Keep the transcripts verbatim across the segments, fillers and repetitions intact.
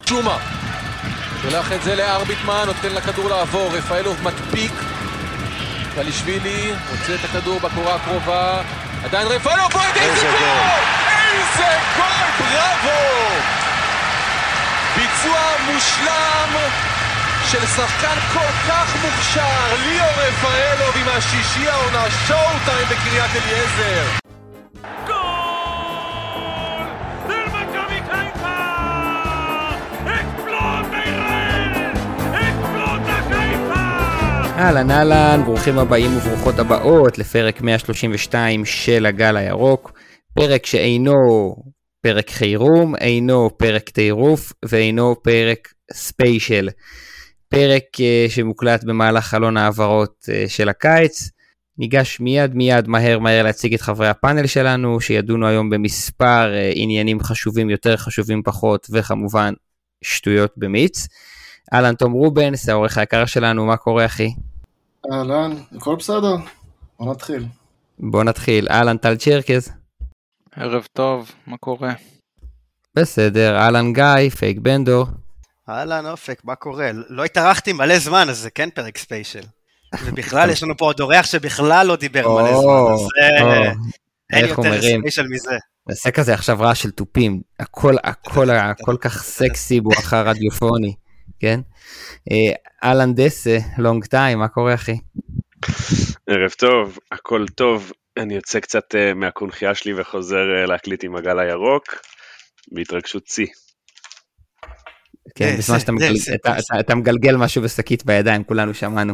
ג'ומה שולח את זה לארביטמן, נותן לכדור לעבור, רפאלוב מקפיק, קלישווילי מוצא את הכדור בקורה הקרובה, עדיין רפאלוב, איזה גול! איזה גול! בראבו! ביצוע מושלם של שחקן כל כך מוכשר, ליאור רפאלוב עם השישי העונה, שואו טיים בקריית אליעזר. אהלן אהלן, ברוכים הבאים וברוכות הבאות לפרק מאה שלושים ושתיים של הגל הירוק, פרק שאינו פרק חירום, אינו פרק טירוף ואינו פרק ספיישל, פרק uh, שמוקלט במהלך חלון העברות uh, של הקיץ. ניגש מיד מיד מהר מהר להציג את חברי הפאנל שלנו שידונו היום במספר uh, עניינים חשובים יותר, חשובים פחות, וכמובן שטויות במיץ. אהלן תום רובנס, העורך היקר שלנו, מה קורה אחי? אהלן, הכל בסדר, בוא נתחיל. בוא נתחיל, אהלן טל צ'רקז. ערב טוב, מה קורה? בסדר, אהלן גיא, פייק בנדור. אהלן אופק, מה קורה? לא התארחתי מלא זמן, אז זה כן פרק ספיישל. ובכלל יש לנו פה עוד אורח שבכלל לא דיבר מלא זמן, אז אין יותר ספיישל מזה. נעשה כזה עכשיו רעש של טופים, הכל הכל הכל כך סקסי בואכה רדיופוני. כן? אלן דסה, לונג טיים, מה קורה אחי? ערב טוב, הכל טוב, אני יוצא קצת מהקונחייה שלי וחוזר להקליט עם הגל הירוק, בהתרגשות צי. כן, בזמן שאתה מגלגל משהו בסקית בידיים, כולנו שמענו.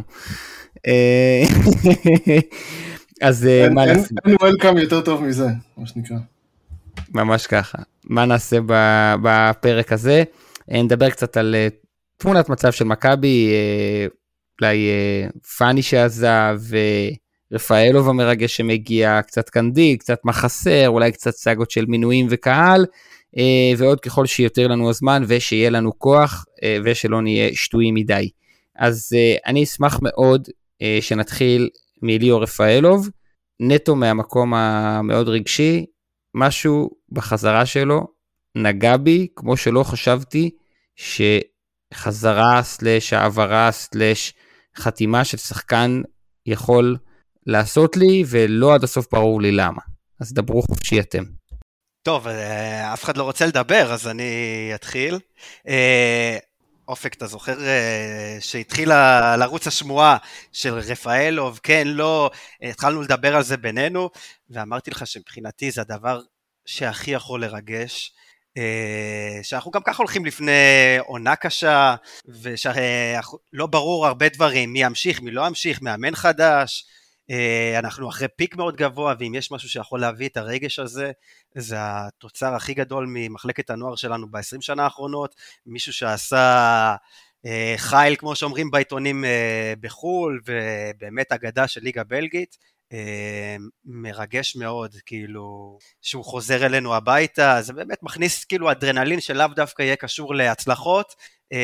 אז מה נעשה? אין וולקאם יותר טוב מזה, מה שנקרא. ממש ככה. מה נעשה בפרק הזה? נדבר קצת על תמונת מצב של מכבי, אולי פאני שעזב, ורפאלוב המרגש שמגיע, קצת קנדיל, קצת מחסר, אולי קצת סאגות של מינויים וקהל, ועוד ככל שיותר לנו הזמן, ושיהיה לנו כוח, ושלא נהיה שטויים מדי. אז אני אשמח מאוד שנתחיל מליאור רפאלוב, נטו מהמקום המאוד רגשי, משהו בחזרה שלו, נגע בי, כמו שלא חשבתי, ש... חזרה סלש העברה סלש חתימה של שחקן יכול לעשות לי, ולא עד הסוף ברור לי למה. אז דברו חופשי אתם. טוב, אף אחד לא רוצה לדבר, אז אני אתחיל. אופק, אתה זוכר שהתחילה לרוץ השמועה של רפאלוב, כן, לא, התחלנו לדבר על זה בינינו, ואמרתי לך שמבחינתי זה הדבר שהכי יכול לרגש, שאנחנו גם ככה הולכים לפני עונה קשה, ושלא ברור הרבה דברים, מי ימשיך, מי לא ימשיך, מאמן חדש, אנחנו אחרי פיק מאוד גבוה, ואם יש משהו שיכול להביא את הרגש הזה, זה התוצר הכי גדול ממחלקת הנוער שלנו ב-עשרים שנה האחרונות, מישהו שעשה חייל, כמו שאומרים בעיתונים בחול, ובאמת אגדה של ליגה בלגית, מרגש מאוד, כאילו, שהוא חוזר אלינו הביתה, זה באמת מכניס כאילו אדרנלין שלאו דווקא יהיה קשור להצלחות,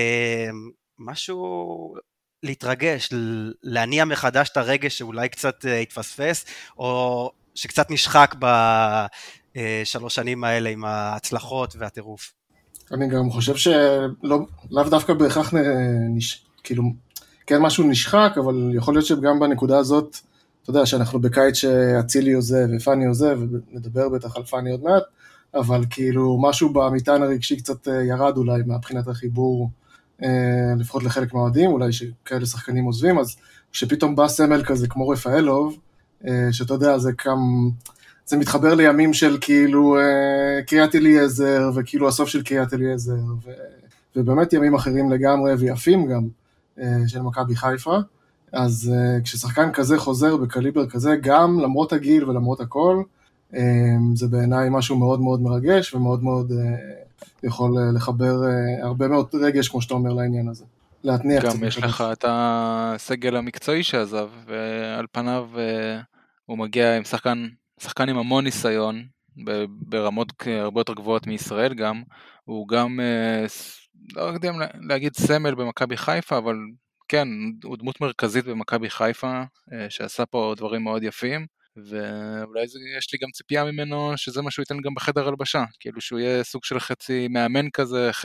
משהו להתרגש, להניע מחדש את הרגש שאולי קצת התפספס, או שקצת נשחק בשלוש שנים האלה עם ההצלחות והטירוף. אני גם חושב שלאו דווקא בהכרח נש... כאילו, כן משהו נשחק, אבל יכול להיות שגם בנקודה הזאת, אתה יודע שאנחנו בקיץ שאצילי עוזב ופני עוזב, ונדבר בטח על פני עוד מעט, אבל כאילו משהו במטען הרגשי קצת ירד אולי מהבחינת החיבור, לפחות לחלק מהאוהדים, אולי שכאלה שחקנים עוזבים, אז כשפתאום בא סמל כזה כמו רפאלוב, שאתה יודע, זה כם, זה מתחבר לימים של כאילו קריית אליעזר, וכאילו הסוף של קריית אליעזר, ו, ובאמת ימים אחרים לגמרי, ויפים גם, של מכבי חיפה, אז uh, כששחקן כזה חוזר בקליבר כזה, גם למרות הגיל ולמרות הכל, um, זה בעיניי משהו מאוד מאוד מרגש, ומאוד מאוד uh, יכול uh, לחבר uh, הרבה מאוד רגש, כמו שאתה אומר, לעניין הזה. להתניע גם יש לך את הסגל המקצועי שעזב, ועל פניו uh, הוא מגיע עם שחקן, שחקן עם המון ניסיון, ברמות הרבה יותר גבוהות מישראל גם, הוא גם, uh, לא יודע להגיד סמל במכבי חיפה, אבל כן, הוא דמות מרכזית במכבי חיפה, שעשה פה דברים מאוד יפים, ואולי זה, יש לי גם ציפייה ממנו שזה מה שהוא ייתן גם בחדר הלבשה, כאילו שהוא יהיה סוג של חצי מאמן כזה,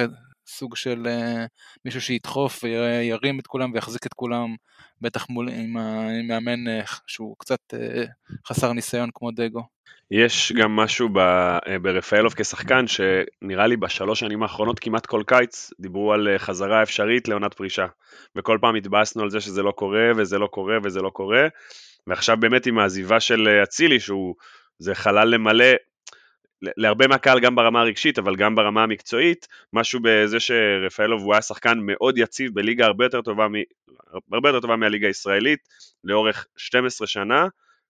סוג של מישהו שידחוף וירים את כולם ויחזיק את כולם, בטח מול עם מאמן שהוא קצת חסר ניסיון כמו דגו. יש גם משהו ברפאלוב כשחקן שנראה לי בשלוש שנים האחרונות כמעט כל קיץ דיברו על חזרה אפשרית לעונת פרישה, וכל פעם התבאסנו על זה שזה לא קורה וזה לא קורה וזה לא קורה, ועכשיו באמת עם העזיבה של אצילי שהוא זה חלל למלא להרבה מהקהל גם ברמה הרגשית אבל גם ברמה המקצועית, משהו בזה שרפאלוב הוא היה שחקן מאוד יציב בליגה הרבה יותר טובה, הרבה יותר טובה מהליגה הישראלית לאורך שתים עשרה שנה,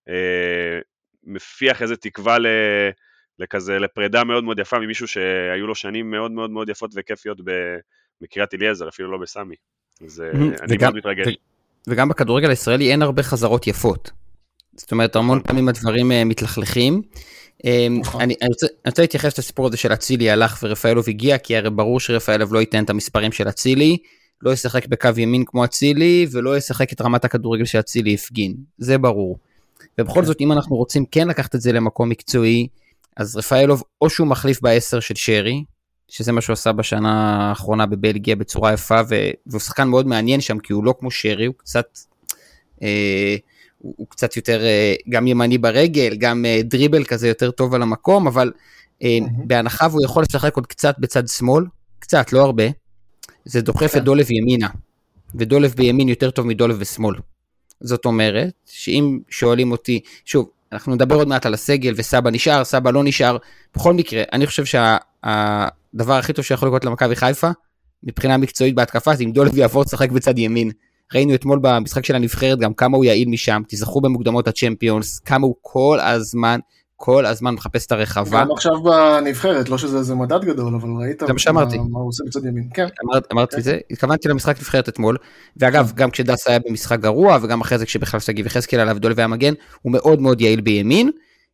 מפיח איזה תקווה לכזה, לפרידה מאוד מאוד יפה ממישהו שהיו לו שנים מאוד מאוד מאוד יפות וכיפיות בקריית אליעזר, אפילו לא בסמי. אז אני מאוד מתרגש. וגם בכדורגל הישראלי אין הרבה חזרות יפות. זאת אומרת, המון פעמים הדברים מתלכלכים. אני רוצה להתייחס לסיפור הזה של אצילי הלך ורפאלוב הגיע, כי הרי ברור שרפאלוב לא ייתן את המספרים של אצילי, לא ישחק בקו ימין כמו אצילי, ולא ישחק את רמת הכדורגל שאצילי הפגין. זה ברור. ובכל זאת, אם אנחנו רוצים כן לקחת את זה למקום מקצועי, אז רפאלוב או שהוא מחליף בעשר של שרי, שזה מה שהוא עשה בשנה האחרונה בבלגיה בצורה יפה, והוא שחקן מאוד מעניין שם, כי הוא לא כמו שרי, הוא קצת, אה, הוא, הוא קצת יותר אה, גם ימני ברגל, גם אה, דריבל כזה יותר טוב על המקום, אבל אה, בהנחה והוא יכול לשחק עוד קצת בצד שמאל, קצת, לא הרבה, זה דוחף את דולב ימינה, ודולב בימין יותר טוב מדולב בשמאל. זאת אומרת, שאם שואלים אותי, שוב, אנחנו נדבר עוד מעט על הסגל, וסבא נשאר, סבא לא נשאר, בכל מקרה, אני חושב שהדבר הכי טוב שיכול לקרות למכבי חיפה, מבחינה מקצועית בהתקפה, זה אם דולב יעבור לשחק בצד ימין. ראינו אתמול במשחק של הנבחרת, גם כמה הוא יעיל משם, תזכו במוקדמות הצ'מפיונס, כמה הוא כל הזמן, כל הזמן מחפש את הרחבה. גם עכשיו בנבחרת, לא שזה איזה מדד גדול, אבל ראית מה הוא עושה בצד ימין. כן. אמרתי את זה, התכוונתי למשחק נבחרת אתמול, ואגב, גם כשדס היה במשחק גרוע, וגם אחרי זה כשבכלל שגיב וחזקאל עליו דולב היה מגן, הוא מאוד מאוד יעיל בימין,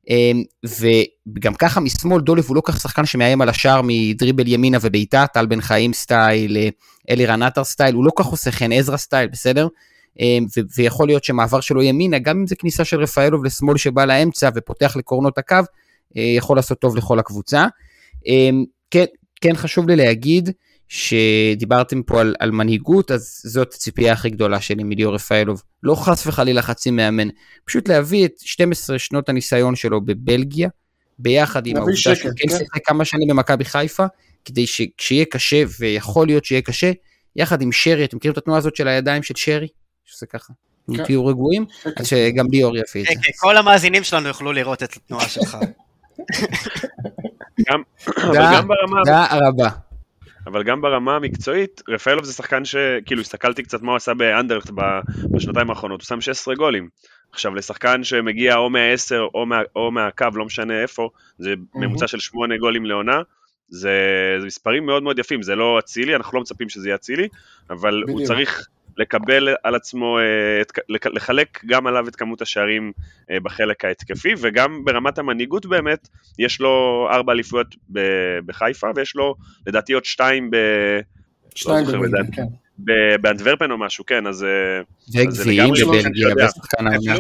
וגם ככה משמאל דולב הוא לא כך שחקן שמאיים על השער מדריבל ימינה וביתה, טל בן חיים סטייל, אלירן עטר סטייל, הוא לא כך עושה חן עזרא סטייל, בסדר? ויכול להיות שמעבר שלו ימינה, גם אם זה כניסה של רפאלוב לשמאל שבא לאמצע ופותח לקורנות הקו, יכול לעשות טוב לכל הקבוצה. כן, כן חשוב לי להגיד שדיברתם פה על, על מנהיגות, אז זאת הציפייה הכי גדולה שלי מליאור רפאלוב, לא חס וחלילה חצי מאמן, פשוט להביא את שתים עשרה שנות הניסיון שלו בבלגיה, ביחד עם העובדה שהוא כן שיחק כמה שנים במכבי חיפה, כדי שכשיהיה קשה, ויכול להיות שיהיה קשה, יחד עם שרי, אתם מכירים את התנועה הזאת של הידיים של שרי? שזה ככה, תהיו רגועים, אז שגם ליאור יפי את זה. כל המאזינים שלנו יוכלו לראות את התנועה שלך. תודה רבה. אבל גם ברמה המקצועית, רפאלוב זה שחקן שכאילו הסתכלתי קצת מה הוא עשה באנדרלכט בשנתיים האחרונות, הוא שם שש עשרה גולים. עכשיו לשחקן שמגיע או מה-עשר או מהקו, לא משנה איפה, זה ממוצע של שמונה גולים לעונה, זה מספרים מאוד מאוד יפים, זה לא אצילי, אנחנו לא מצפים שזה יהיה אצילי, אבל הוא צריך לקבל על עצמו, לחלק גם עליו את כמות השערים בחלק ההתקפי, וגם ברמת המנהיגות באמת, יש לו ארבע אליפויות בחיפה, ויש לו לדעתי עוד שתיים ב... שתיים בבלגיה, כן. באנטוורפן או משהו, כן, אז... וגביעים בבלגיה, בשחקן העונה,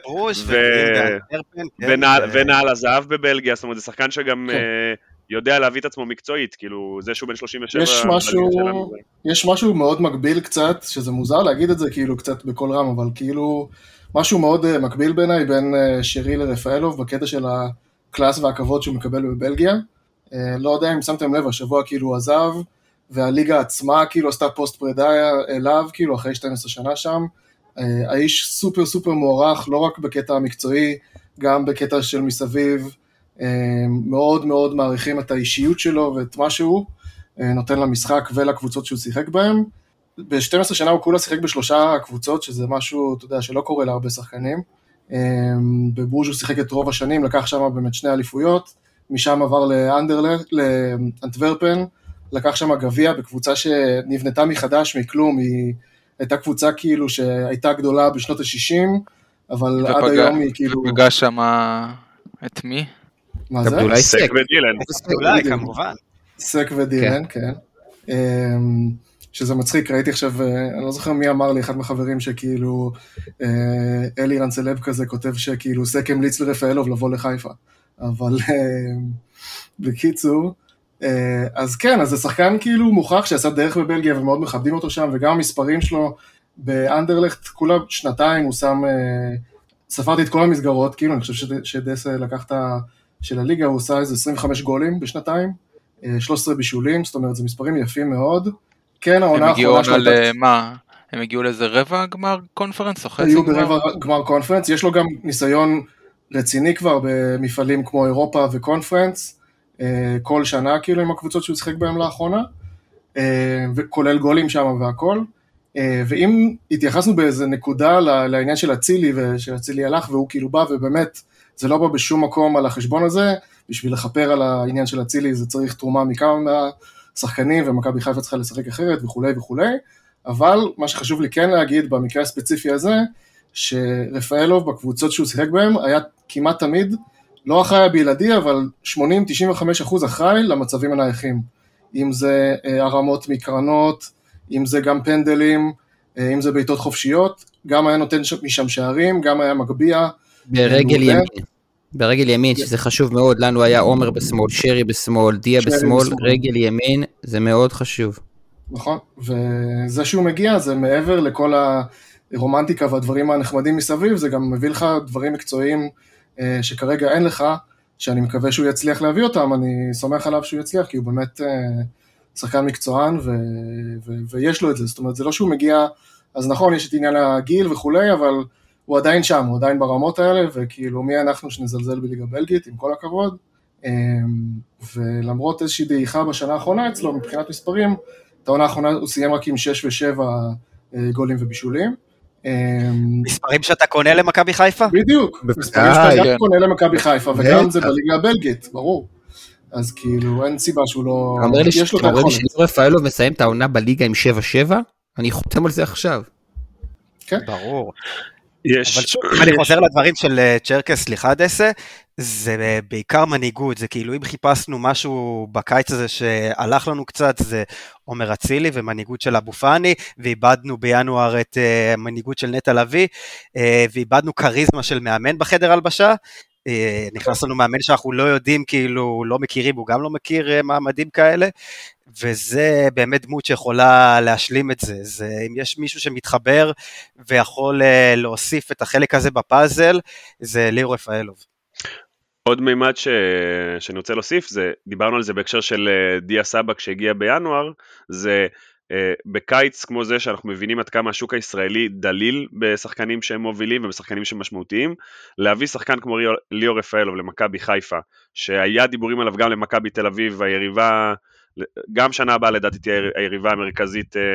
כן. ונעל הזהב בבלגיה, זאת אומרת, זה שחקן שגם... יודע להביא את עצמו מקצועית, כאילו, זה שהוא בן שלושים ושבע... יש משהו, יש משהו מאוד מקביל קצת, שזה מוזר להגיד את זה כאילו קצת בכל רם, אבל כאילו, משהו מאוד מקביל בעיניי, בין שרי לרפאלוב, בקטע של הקלאס והכבוד שהוא מקבל בבלגיה. לא יודע אם שמתם לב, השבוע כאילו הוא עזב, והליגה עצמה כאילו עשתה פוסט פרידה אליו, כאילו אחרי שתים עשרה שנה שם. האיש סופר סופר מוערך, לא רק בקטע המקצועי, גם בקטע של מסביב, מאוד מאוד מעריכים את האישיות שלו ואת מה שהוא נותן למשחק ולקבוצות שהוא שיחק בהם. ב-שתים עשרה שנה הוא כולה שיחק בשלושה קבוצות, שזה משהו, אתה יודע, שלא קורה להרבה שחקנים. בברוז' הוא שיחק את רוב השנים, לקח שם באמת שני אליפויות, משם עבר לאנדרלכט, לאנטוורפן, לקח שם גביע בקבוצה שנבנתה מחדש מכלום, היא הייתה קבוצה כאילו שהייתה גדולה בשנות ה-שישים, אבל עד היום היא כאילו... ופגש שם את מי? מה זה? אולי סק ודילן. אולי, כמובן. סק ודילן, כן. שזה מצחיק, ראיתי עכשיו, אני לא זוכר מי אמר לי, אחד מהחברים שכאילו, אלירן סלב כזה כותב שכאילו סק המליץ לרפאלוב לבוא לחיפה. אבל בקיצור, אז כן, אז זה שחקן כאילו מוכח שעשה דרך בבלגיה ומאוד מכבדים אותו שם, וגם המספרים שלו באנדרלכט, כולה שנתיים הוא שם, ספרתי את כל המסגרות, כאילו אני חושב שדס לקח את של הליגה, הוא עושה איזה עשרים וחמישה גולים בשנתיים, שלוש עשרה בישולים, זאת אומרת, זה מספרים יפים מאוד. כן, העונה האחרונה שלו... הם הגיעו על מה? הם הגיעו לאיזה רבע גמר קונפרנס או חצי גמר? גמר? היו ברבע גמר קונפרנס, יש לו גם ניסיון רציני כבר במפעלים כמו אירופה וקונפרנס, כל שנה כאילו עם הקבוצות שהוא שחק בהם לאחרונה, וכולל גולים שם והכל, ואם התייחסנו באיזה נקודה לעניין של הצילי, ושהצילי הלך והוא כאילו בא, ובאמת זה לא בא בשום מקום על החשבון הזה, בשביל לחפר על העניין של הצילי זה צריך תרומה מכמה מהשחקנים, ומכבי חיפה צריכה לשחק אחרת וכו' וכו', אבל מה שחשוב לי כן להגיד במקרה הספציפי הזה, שרפאלוב בקבוצות שהוא שיחק בהם היה כמעט תמיד, לא אחראי בלעדי, אבל שמונים עד תשעים וחמישה אחוז אחראי למצבים הנייחים. אם זה הרמות מקרנות, אם זה גם פנדלים, אם זה בעיטות חופשיות, גם היה נותן משם שערים, גם היה מגביע. ברגל ימין, ברגל ימין, שזה חשוב מאוד, לנו היה עומר בשמאל, שרי בשמאל, דיה בשמאל, רגל ימין, זה מאוד חשוב. נכון, וזה שהוא מגיע, זה מעבר לכל הרומנטיקה והדברים הנחמדים מסביב, זה גם מביא לך דברים מקצועיים, שכרגע אין לך, שאני מקווה שהוא יצליח להביא אותם, אני סומך עליו שהוא יצליח, כי הוא באמת שחקן מקצוען, ו- ו- ויש לו את זה, זאת אומרת, זה לא שהוא מגיע, אז נכון, יש את עניין הגיל וכולי, אבל הוא עדיין שם, הוא עדיין ברמות האלה, וכאילו מי אנחנו שנזלזל בליגה בלגית, עם כל הכבוד, ולמרות איזושהי דעיכה בשנה האחרונה אצלו, מבחינת מספרים, את העונה האחרונה הוא סיים רק עם שש ושבע גולים ובישולים, מספרים שאתה קונה למכבי חיפה? בדיוק, מספרים שאתה גם קונה למכבי חיפה, וגם זה בליגה הבלגית, ברור. אז כאילו אין סיבה שהוא לא... אתה אומר לי שליאור רפאלוב מסיים את העונה בליגה עם שבע שבע? אני חותם על זה עכשיו. כן. ברור. יש. אבל שוב, אני חוזר לדברים של צ'רקס, סליחה דסה, זה בעיקר מנהיגות, זה כאילו אם חיפשנו משהו בקיץ הזה שהלך לנו קצת, זה עומר אצילי ומנהיגות של אבו פאני, ואיבדנו בינואר את מנהיגות של נטע לביא, ואיבדנו קריזמה של מאמן בחדר הלבשה, נכנס לנו מאמן שאנחנו לא יודעים, כאילו לא מכירים, הוא גם לא מכיר מעמדים כאלה, וזה באמת דמות שיכולה להשלים את זה, זה אם יש מישהו שמתחבר ויכול להוסיף את החלק הזה בפאזל, זה ליאור רפאלוב. עוד מימד ש... שאני רוצה להוסיף, זה, דיברנו על זה בהקשר של דיה סבא כשהגיע בינואר, זה בקיץ כמו זה שאנחנו מבינים עד כמה השוק הישראלי דליל בשחקנים שהם מובילים ובשחקנים שהם משמעותיים, להביא שחקן כמו ליאור רפאלוב למכבי חיפה, שהיה דיבורים עליו גם למכבי תל אביב, היריבה, גם שנה הבאה לדעתי תהיה היריבה המרכזית אה,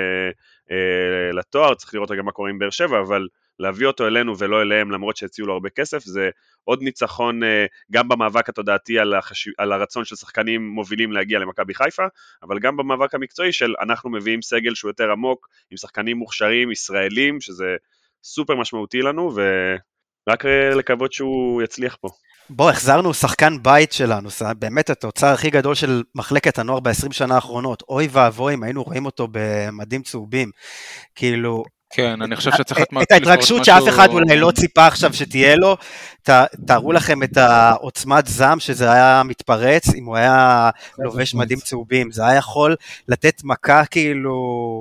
אה, לתואר, צריך לראות רגע מה קורה עם באר שבע, אבל להביא אותו אלינו ולא אליהם, למרות שהציעו לו הרבה כסף, זה עוד ניצחון אה, גם במאבק התודעתי על, החש... על הרצון של שחקנים מובילים להגיע למכבי חיפה, אבל גם במאבק המקצועי של אנחנו מביאים סגל שהוא יותר עמוק, עם שחקנים מוכשרים, ישראלים, שזה סופר משמעותי לנו, ורק לקוות שהוא יצליח פה. בוא, החזרנו שחקן בית שלנו, באמת התוצר הכי גדול של מחלקת הנוער ב-עשרים שנה האחרונות, אוי ואבוי אם היינו רואים אותו במדים צהובים, כאילו... כן, אני חושב שצריך את את ההתרגשות שאף אחד אולי לא ציפה עכשיו שתהיה לו, תארו לכם את העוצמת זעם שזה היה מתפרץ, אם הוא היה לובש מדים צהובים, זה היה יכול לתת מכה כאילו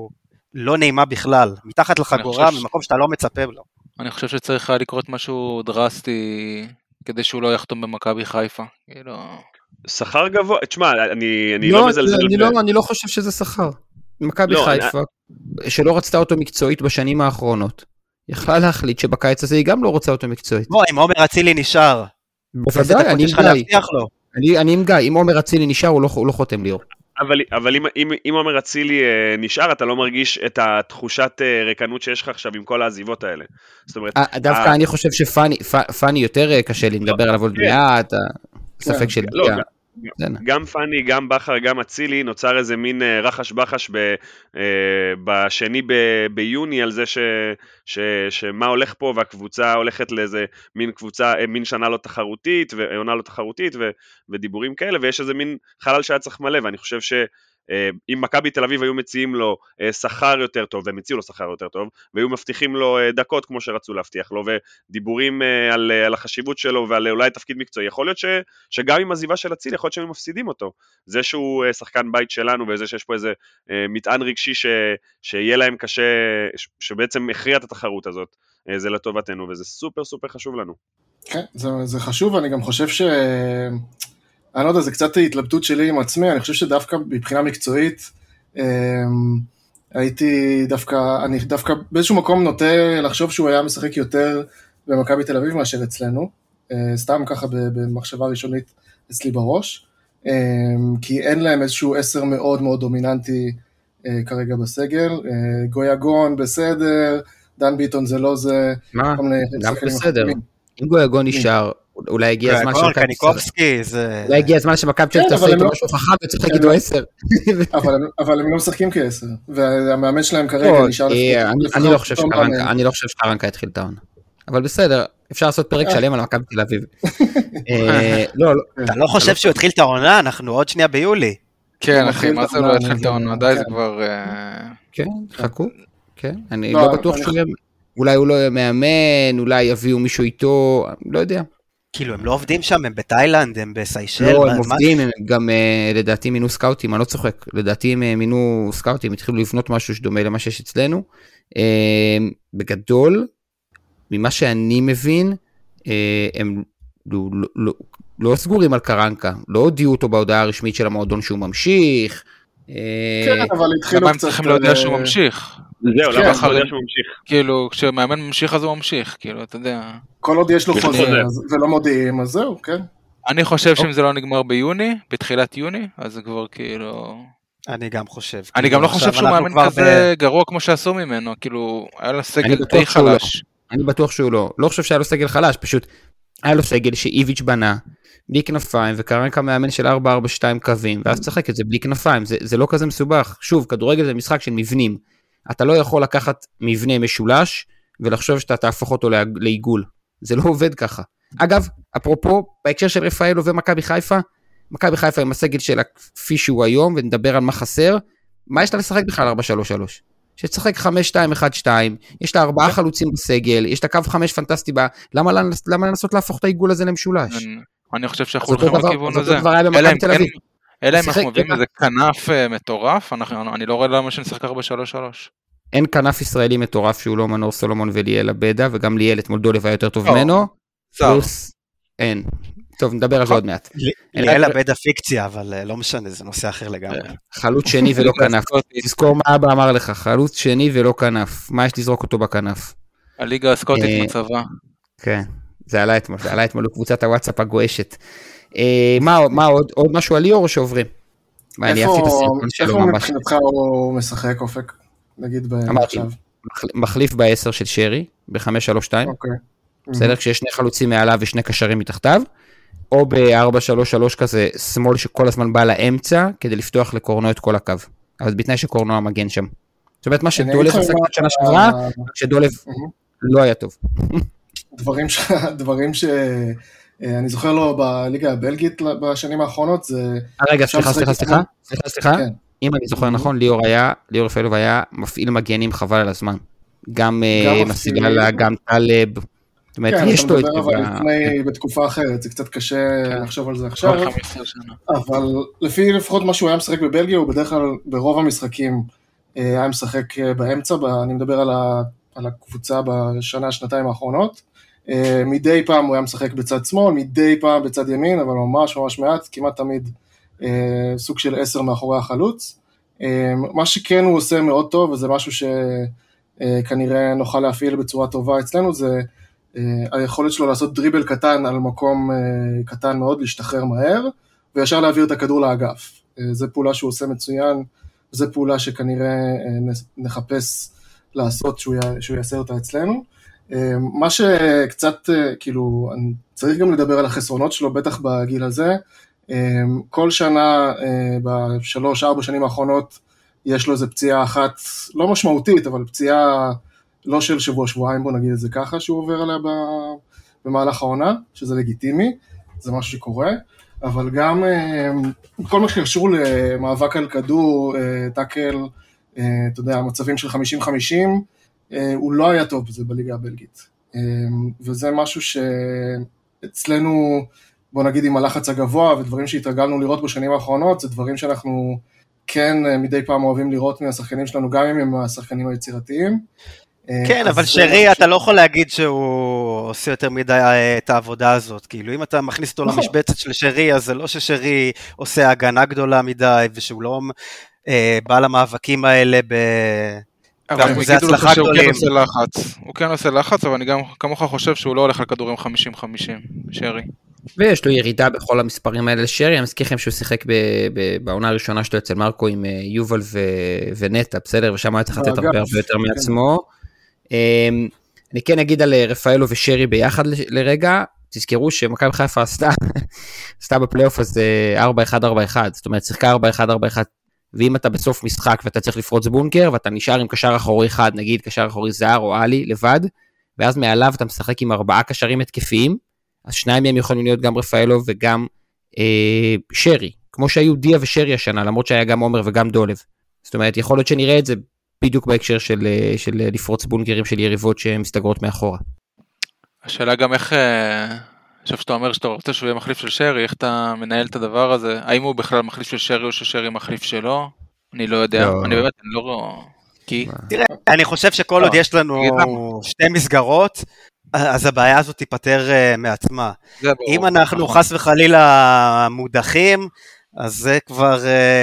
לא נעימה בכלל, מתחת לחגורה, ממקום שאתה לא מצפה לו. אני חושב שצריך לקרות משהו דרסטי, כדי שהוא לא יחתום במכבי חיפה. שכר גבוה, תשמע, אני לא, לא מזלזל. אני לא חושב שזה שכר. מכבי חיפה, שלא רצתה אותו מקצועית בשנים האחרונות, יכלה להחליט שבקיץ הזה היא גם לא רוצה אותו מקצועית. בוא, אם עומר אצילי נשאר. בוודאי, אני עם גיא. אני עם גיא, אם עומר אצילי נשאר, הוא לא חותם ליאור. אבל, אבל אם, אם, אם עומר אצילי נשאר, אתה לא מרגיש את התחושת ריקנות שיש לך עכשיו עם כל העזיבות האלה. זאת אומרת... דווקא אני חושב שפני יותר קשה לי, נדבר עליו עוד מעט, הספק של דיה. גם פני, גם בחר, גם אצילי, נוצר איזה מין רחש בחש בשני ביוני על זה שמה הולך פה, והקבוצה הולכת לאיזה מין קבוצה, מין שנה לא תחרותית, ועונה לא תחרותית, ודיבורים כאלה, ויש איזה מין חלל שהיה צריך מלא, ואני חושב אם מכבי תל אביב היו מציעים לו שכר יותר טוב, והם הציעו לו שכר יותר טוב, והיו מבטיחים לו דקות כמו שרצו להבטיח לו, ודיבורים על, על החשיבות שלו ועל אולי תפקיד מקצועי, יכול להיות ש, שגם עם עזיבה של אצילי, יכול להיות שהם מפסידים אותו. זה שהוא שחקן בית שלנו, וזה שיש פה איזה מטען רגשי ש, שיהיה להם קשה, שבעצם הכריע את התחרות הזאת, זה לטובתנו, וזה סופר סופר חשוב לנו. כן, זה, זה חשוב, אני גם חושב ש... אני לא יודע, זה קצת התלבטות שלי עם עצמי, אני חושב שדווקא מבחינה מקצועית, הייתי דווקא, אני דווקא באיזשהו מקום נוטה לחשוב שהוא היה משחק יותר במכבי תל אביב מאשר אצלנו, סתם ככה במחשבה ראשונית אצלי בראש, כי אין להם איזשהו עשר מאוד מאוד דומיננטי כרגע בסגל, גויגון בסדר, דן ביטון זה לא זה, מה? גם בסדר. אם גויגון נשאר, אולי הגיע הזמן קניקובסקי, זה... אולי הגיע הזמן שמכבי תעשה איתו משהו חכם וצריך להגידו עשר. אבל הם לא משחקים כעשר, והמאמן שלהם כרגע נשאר לפחות... אני לא חושב שקרנקה התחיל את העונה. אבל בסדר, אפשר לעשות פרק שלם על מכבי תל אביב. אתה לא חושב שהוא התחיל את העונה? אנחנו עוד שנייה ביולי. כן, אחי, מה זה לא התחיל את העונה? די, זה כבר... כן, חכו. כן, אני לא בטוח שהוא... אולי הוא לא יהיה מאמן, אולי יביאו מישהו איתו, לא יודע. כאילו, הם לא עובדים שם, הם בתאילנד, הם בסיישל. לא, הם עובדים, הם גם לדעתי מינו סקאוטים, אני לא צוחק, לדעתי הם מינו סקאוטים, התחילו לבנות משהו שדומה למה שיש אצלנו. בגדול, ממה שאני מבין, הם לא סגורים על קרנקה, לא הודיעו אותו בהודעה הרשמית של המועדון שהוא ממשיך. כן, אבל התחילו קצת... הם צריכים להודיע שהוא ממשיך. זהו, למה אתה יודע שהוא ממשיך? כאילו, כשמאמן ממשיך אז הוא ממשיך, כאילו, אתה יודע. כל עוד יש לו חוזה ולא מודיעים, אז זהו, כן. אני חושב שאם זה לא נגמר ביוני, בתחילת יוני, אז זה כבר כאילו... אני גם חושב. אני גם לא חושב שהוא מאמן כזה גרוע כמו שעשו ממנו, כאילו, היה לו סגל די חלש. אני בטוח שהוא לא. לא חושב שהיה לו סגל חלש, פשוט היה לו סגל שאיביץ' בנה, בלי כנפיים, וקרנקה מאמן של ארבע ארבע שתיים קווים, ואז צחק את זה בלי כנפיים, זה, זה לא כזה מסובך. שוב, כדורגל זה משחק של מבנים. אתה לא יכול לקחת מבנה משולש, ולחשוב שאתה תהפוך אותו לעיגול. זה לא עובד ככה. אגב, אפרופו, בהקשר של רפאלו ומכבי חיפה, מכבי חיפה עם הסגל שלה כפי שהוא היום, ונדבר על מה חסר, מה יש לה לשחק בכלל ארבע שלוש שלוש? שתשחק חמש שתיים אחת שתיים, יש לה ארבעה חלוצים בסגל, יש לה קו חמש פנטסטי בה, למה לנסות להפוך את העיגול הזה למשולש? אני חושב שאנחנו הולכים לכיוון הזה. אלא אם אנחנו מביאים איזה כנף מטורף, אני לא רואה למה שנשחק ארבע שלוש שלוש. אין כנף ישראלי מטורף שהוא לא מנור סולומון וליאל אבדה, וגם ליאל את מולדולב היה יותר טוב ממנו. פלוס, אין. טוב, נדבר על זה עוד מעט. ליאל אבדה פיקציה, אבל לא משנה, זה נושא אחר לגמרי. חלוץ שני ולא כנף. תזכור מה אבא אמר לך, חלוץ שני ולא כנף. מה יש לזרוק אותו בכנף? הליגה הסקוטית מצבה. כן, זה עלה אתמול, זה עלה אתמול לקבוצת הוואטסאפ הגועשת. מה עוד? עוד משהו על ליאור או שעוברים? איפה מבחינתך הוא משחק אופק? נגיד עכשיו. מחליף בעשר של שרי, ב-חמש שלוש שתיים. בסדר, כשיש שני חלוצים מעליו ושני קשרים מתחתיו, או ב-ארבע שלוש שלוש כזה, שמאל שכל הזמן בא לאמצע, כדי לפתוח לקורנו את כל הקו. אז בתנאי שקורנו המגן שם. זאת אומרת, מה שדולב עסק את שנה שעברה, שדולב לא היה טוב. דברים ש... אני זוכר לו בליגה הבלגית בשנים האחרונות, זה... רגע, סליחה, סליחה, סליחה, סליחה, סליחה. אם אני זוכר נכון, ליאור היה, ליאור רפאלוב היה מפעיל מגנים חבל על הזמן. גם מסיגלה, גם טלב. זאת אומרת, יש לו את זה. בתקופה אחרת, זה קצת קשה לחשוב על זה עכשיו. אבל לפי לפחות מה שהוא היה משחק בבלגיה, הוא בדרך כלל ברוב המשחקים היה משחק באמצע, אני מדבר על הקבוצה בשנה, שנתיים האחרונות. מדי פעם הוא היה משחק בצד שמאל, מדי פעם בצד ימין, אבל ממש ממש מעט, כמעט תמיד סוג של עשר מאחורי החלוץ. מה שכן הוא עושה מאוד טוב, וזה משהו שכנראה נוכל להפעיל בצורה טובה אצלנו, זה היכולת שלו לעשות דריבל קטן על מקום קטן מאוד, להשתחרר מהר, וישר להעביר את הכדור לאגף. זה פעולה שהוא עושה מצוין, זה פעולה שכנראה נחפש לעשות שהוא יעשה אותה אצלנו. מה שקצת, כאילו, אני צריך גם לדבר על החסרונות שלו, בטח בגיל הזה. כל שנה, בשלוש, ארבע שנים האחרונות, יש לו איזו פציעה אחת, לא משמעותית, אבל פציעה לא של שבוע, שבועיים, בוא נגיד את זה ככה, שהוא עובר עליה במהלך העונה, שזה לגיטימי, זה משהו שקורה. אבל גם כל מה שקשור למאבק על כדור, טאקל, אתה יודע, מצבים של חמישים חמישים, הוא לא היה טוב בזה בליגה הבלגית. וזה משהו שאצלנו, בוא נגיד עם הלחץ הגבוה, ודברים שהתרגלנו לראות בשנים האחרונות, זה דברים שאנחנו כן מדי פעם אוהבים לראות מהשחקנים שלנו, גם אם הם השחקנים היצירתיים. כן, אבל שרי, אתה לא יכול להגיד שהוא עושה יותר מדי את העבודה הזאת, כאילו אם אתה מכניס אותו למשבצת של שרי, אז זה לא ששרי עושה הגנה גדולה מדי, ושהוא לא בא למאבקים האלה ב... אבל הם יגידו לך שהוא כן עושה לחץ, הוא כן עושה לחץ, אבל אני גם כמוך חושב שהוא לא הולך לכדורים חמישים חמישים, שרי. ויש לו ירידה בכל המספרים האלה לשרי, אני מזכיר לכם שהוא שיחק בעונה הראשונה שלו אצל מרקו עם יובל ונטה, בסדר? ושם היה צריך לתת הרבה הרבה יותר מעצמו. אני כן אגיד על רפאלו ושרי ביחד לרגע, תזכרו שמכבי חיפה עשתה, עשתה בפלייאוף הזה ארבע אחת ארבע אחת, זאת אומרת, שיחקה ארבע אחת ארבע אחת, ואם אתה בסוף משחק ואתה צריך לפרוץ בונקר, ואתה נשאר עם קשר אחורי אחד, נגיד קשר אחורי זר או אלי לבד, ואז מעליו אתה משחק עם ארבעה קשרים התקפיים, אז שניים מהם יכולים להיות גם רפאלו וגם אה, שרי, כמו שהיו דיה ושרי השנה, למרות שהיה גם עומר וגם דולב. זאת אומרת, יכול להיות שנראה את זה בדיוק בהקשר של, של לפרוץ בונקרים של יריבות שמסתגרות מאחורה. השאלה גם איך, עכשיו שאתה אומר שאתה רוצה שהוא יהיה מחליף של שרי, איך אתה מנהל את הדבר הזה? האם הוא בכלל מחליף של שרי או ששרי מחליף שלו? אני לא יודע, לא. אני באמת, אני לא רואה... כי... תראה, אני חושב שכל עוד יש לנו שתי מסגרות, אז הבעיה הזאת תיפטר מעצמה. אם אנחנו חס וחלילה מודחים, אז זה כבר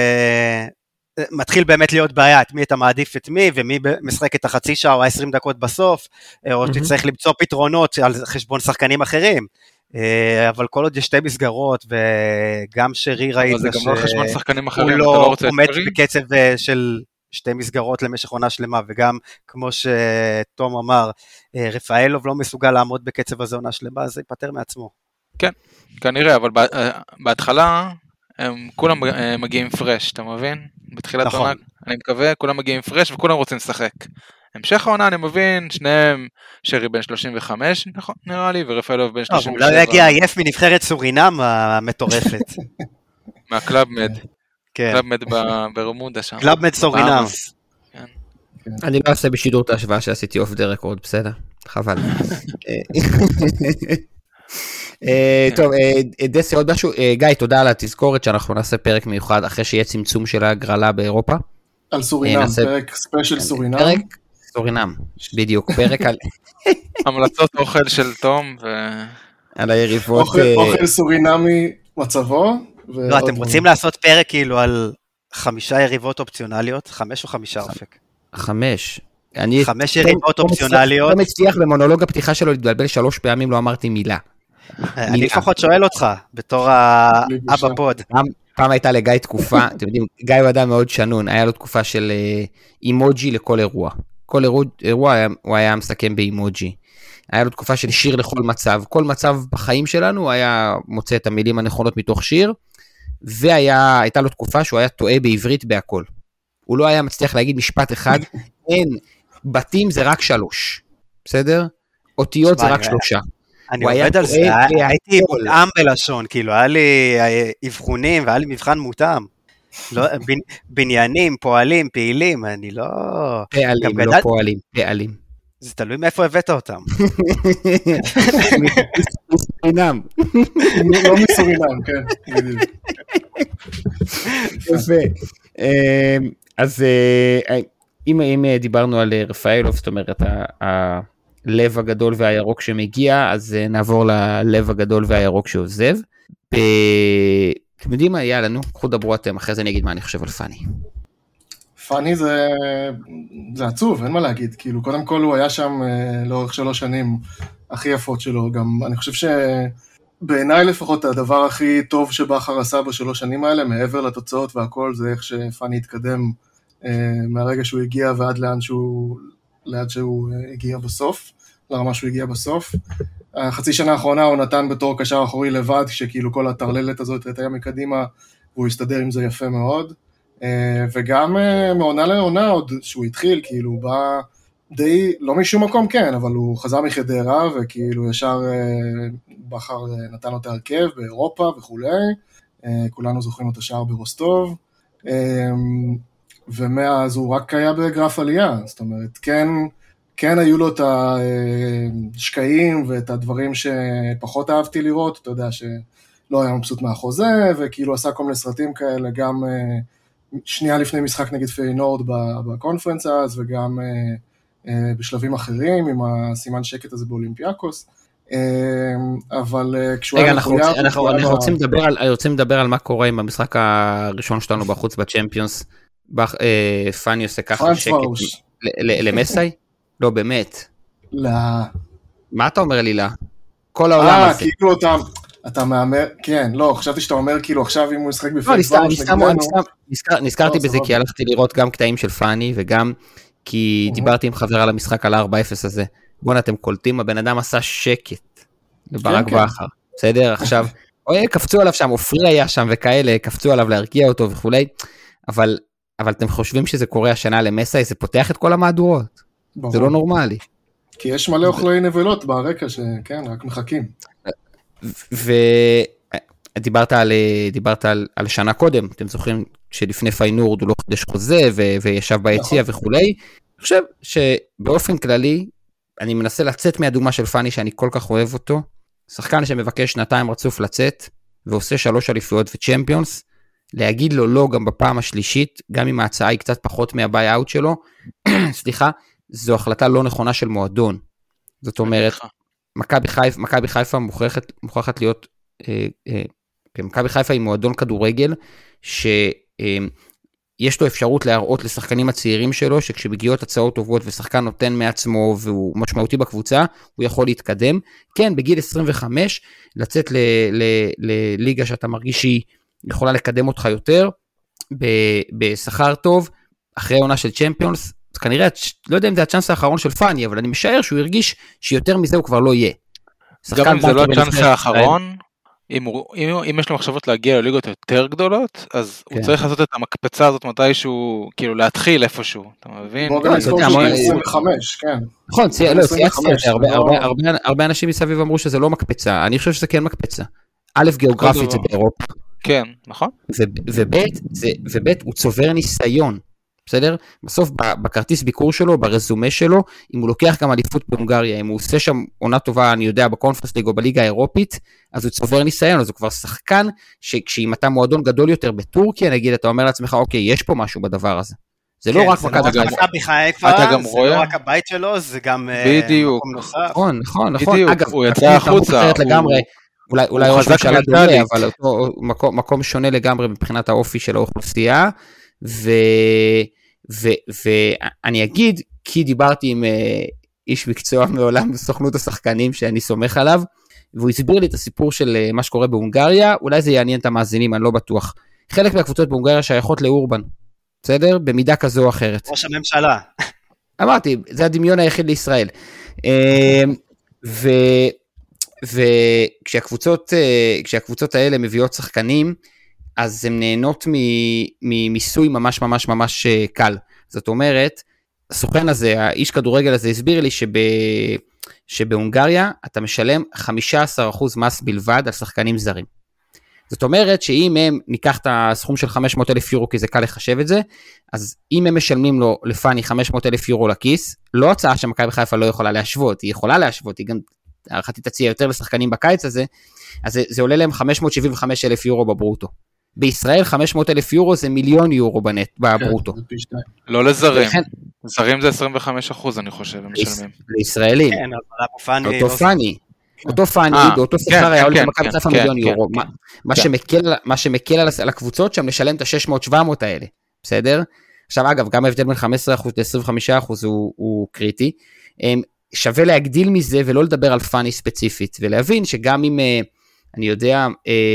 מתחיל באמת להיות בעיה, את מי אתה מעדיף את מי, ומי משחק את החצי שעה או העשרים דקות בסוף, או שתצטרך למצוא פתרונות על חשבון שחקנים אחרים. אבל כל עוד יש שתי מסגרות, וגם שרי ראית שהוא לא עומד בקצב של... שתי מסגרות למשך עונה שלמה, וגם כמו שתום אמר, רפאלוב לא מסוגל לעמוד בקצב הזה עונה שלמה, אז זה ייפטר מעצמו. כן, כנראה, אבל בהתחלה הם כולם מגיעים פרש, אתה מבין? בתחילת עונה, אני מקווה, כולם מגיעים פרש וכולם רוצים לשחק. המשך העונה אני מבין, שניהם שרי בן שלושים וחמש, נכון, נראה לי, ורפאלוב בן שלושים ושבע. אולי יגיע עייף מנבחרת סורינם המטורפת. מהקלאב מד. קלאב מד ברמודה שם. קלאב מד סורינם. אני לא אעשה בשידור את ההשוואה שעשיתי אוף דה רקורד, בסדר? חבל. טוב, דסי עוד משהו, גיא, תודה על התזכורת שאנחנו נעשה פרק מיוחד אחרי שיהיה צמצום של הגרלה באירופה. על סורינם, פרק ספיישל סורינם. פרק סורינם, בדיוק, פרק על... המלצות אוכל של תום ו... על היריבות... אוכל סורינמי מצבו. לא, אתם רוצים לעשות פרק כאילו על חמישה יריבות אופציונליות? חמש או חמישה אופק? חמש. חמש יריבות אופציונליות. לא מצליח במונולוג הפתיחה שלו להתבלבל שלוש פעמים, לא אמרתי מילה. אני לפחות שואל אותך, בתור האבא פוד. פעם הייתה לגיא תקופה, אתם יודעים, גיא הוא אדם מאוד שנון, היה לו תקופה של אימוג'י לכל אירוע. כל אירוע הוא היה מסכם באימוג'י. היה לו תקופה של שיר לכל מצב. כל מצב בחיים שלנו הוא היה מוצא את המילים הנכונות מתוך שיר, והייתה לו תקופה שהוא היה טועה בעברית בהכל. הוא לא היה מצליח להגיד משפט אחד, אין, בתים זה רק שלוש, בסדר? אותיות זה רק שלושה. אני עובד על זה, הייתי מותאם בלשון, כאילו, היה לי אבחונים והיה לי מבחן מותאם. בניינים, פועלים, פעילים, אני לא... פעלים, לא פועלים, פעלים. זה תלוי מאיפה הבאת אותם. מסורינם. לא מסורינם, כן. יפה. אז אם דיברנו על רפאלוב, זאת אומרת, הלב הגדול והירוק שמגיע, אז נעבור ללב הגדול והירוק שעוזב. אתם יודעים מה, יאללה, נו, קחו דברו אתם, אחרי זה אני אגיד מה אני חושב על פני. פני זה, זה עצוב, אין מה להגיד, כאילו, קודם כל הוא היה שם לאורך שלוש שנים הכי יפות שלו, גם אני חושב שבעיניי לפחות הדבר הכי טוב שבחר עשה בשלוש שנים האלה, מעבר לתוצאות והכל, זה איך שפני התקדם מהרגע שהוא הגיע ועד לאן שהוא, לאן שהוא הגיע בסוף, לרמה שהוא הגיע בסוף. החצי שנה האחרונה הוא נתן בתור קשר אחורי לבד, כשכאילו כל התרללת הזאת הייתה מקדימה, והוא הסתדר עם זה יפה מאוד. וגם מעונה לעונה עוד שהוא התחיל, כאילו הוא בא די, לא משום מקום כן, אבל הוא חזר מחדרה, וכאילו ישר בחר נתן לו את ההרכב באירופה וכולי, כולנו זוכרים את השער ברוסטוב, ומאז הוא רק היה בגרף עלייה, זאת אומרת, כן, כן היו לו את השקעים ואת הדברים שפחות אהבתי לראות, אתה יודע שלא היה מבסוט מהחוזה, וכאילו עשה כל מיני סרטים כאלה, גם שנייה לפני משחק נגד פיינורד בקונפרנס אז, וגם בשלבים אחרים, עם הסימן שקט הזה באולימפיאקוס, אבל כשהוא היה מחויב... רגע, אנחנו רוצים לדבר על מה קורה עם המשחק הראשון שלנו בחוץ בצ'מפיונס, פאני עושה ככה שקט למסאי? לא, באמת. לא. מה אתה אומר לי, לא? כל העולם הזה. אה, כאילו אתה... אתה מאמר, כן, לא, חשבתי שאתה אומר כאילו עכשיו אם הוא ישחק בפייס וואוש נגדנו. נזכרתי בזה כי הלכתי לראות גם קטעים של פאני וגם כי דיברתי עם חבר על המשחק על ה-ארבע אפס הזה. בואו אתם קולטים, הבן אדם עשה שקט לברק בכר, בסדר? עכשיו, קפצו עליו שם, אופרי היה שם וכאלה, קפצו עליו להרגיע אותו וכולי, אבל אתם חושבים שזה קורה השנה למסאי, זה פותח את כל המהדורות, זה לא נורמלי. כי יש מלא אוכלי נבלות ברקע שכן, רק מחכים. ודיברת על, דיברת על, על שנה קודם, אתם זוכרים שלפני פיינורד הוא לא חדש חוזה ו, וישב ביציע וכולי, אני חושב שבאופן כללי, אני מנסה לצאת מהדוגמה של פאני שאני כל כך אוהב אותו, שחקן שמבקש שנתיים רצוף לצאת, ועושה שלוש אליפויות וצ'מפיונס, להגיד לו לא גם בפעם השלישית, גם אם ההצעה היא קצת פחות מהביי אאוט שלו, סליחה, זו החלטה לא נכונה של מועדון. זאת אומרת, מכבי חיפה, מכבי חיפה מוכרחת, מוכרחת להיות, אה, אה, מכבי חיפה היא מועדון כדורגל, שיש לו אפשרות להראות לשחקנים הצעירים שלו, שכשמגיעות הצעות טובות ושחקן נותן מעצמו, והוא משמעותי בקבוצה, הוא יכול להתקדם. כן, בגיל עשרים וחמש, לצאת לליגה שאתה מרגיש שהיא יכולה לקדם אותך יותר, בשכר טוב, אחרי עונה של צ'מפיונס, כנראה, לא יודע אם זה הצ'אנס האחרון של פאני, אבל אני משער שהוא הרגיש שיותר מזה הוא כבר לא יהיה. גם אם זה לא הצ'אנס האחרון, אם, אם, אם יש לו מחשבות להגיע לליגות יותר גדולות, אז כן. הוא צריך לעשות את המקפצה הזאת מתישהו, כאילו להתחיל איפשהו, אתה מבין? בוא גם נזכור שזה עשרים וחמש, כן. נכון, לא, הרבה אנשים מסביב אמרו שזה לא מקפצה, אני חושב שזה כן מקפצה. א', גיאוגרפית זה באירופה. כן, נכון. וב', הוא צובר ניסיון. בסדר? בסוף בכרטיס ביקור שלו, ברזומה שלו, אם הוא לוקח גם אליפות בהונגריה, אם הוא עושה שם עונה טובה, אני יודע, בקונפרנס ליג או בליגה האירופית, אז הוא צובר ניסיון, אז הוא כבר שחקן, שכשאם אתה מועדון גדול יותר בטורקיה, נגיד, אתה אומר לעצמך, אוקיי, יש פה משהו בדבר הזה. זה לא רק מכבי חיפה, זה לא רק הבית שלו, זה גם מקום נוסף. נכון, נכון, נכון. אגב, הוא יצא החוצה. אולי ראש ממשלה דומה, אבל מקום שונה לגמרי מבחינת האופי של האוכלוסייה, ו... ואני אגיד, כי דיברתי עם איש מקצוע מעולם בסוכנות השחקנים שאני סומך עליו, והוא הסביר לי את הסיפור של מה שקורה בהונגריה, אולי זה יעניין את המאזינים, אני לא בטוח. חלק מהקבוצות בהונגריה שייכות לאורבן, בסדר? במידה כזו או אחרת. ראש הממשלה. אמרתי, זה הדמיון היחיד לישראל. ו... וכשהקבוצות, כשהקבוצות האלה מביאות שחקנים, אז הן נהנות ממיסוי ממש ממש ממש קל. זאת אומרת, הסוכן הזה, האיש כדורגל הזה, הסביר לי שב, שבהונגריה אתה משלם חמישה עשר אחוז מס בלבד על שחקנים זרים. זאת אומרת שאם הם, ניקח את הסכום של חמש מאות אלף יורו, כי זה קל לחשב את זה, אז אם הם משלמים לו לפני חמש מאות אלף יורו לכיס, לא הצעה שמכבי חיפה לא יכולה להשוות, היא יכולה להשוות, היא גם הערכתי תציע יותר לשחקנים בקיץ הזה, אז זה, זה עולה להם חמש מאות שבעים וחמישה אלף יורו בברוטו. בישראל חמש מאות אלף יורו זה מיליון יורו בנט, בברוטו. לא לזרים, זרים זה עשרים וחמישה אחוז אני חושב, הם משלמים. לישראלים, אותו פאני, אותו פאני, אותו שכר היה עולה במכבי חיפה מיליון יורו, מה שמקל על הקבוצות שם לשלם את ה-שש מאות שבע מאות האלה, בסדר? עכשיו אגב, גם ההבדל בין חמישה עשר אחוז ל-עשרים וחמישה אחוז הוא קריטי, שווה להגדיל מזה ולא לדבר על פאני ספציפית, ולהבין שגם אם אני יודע,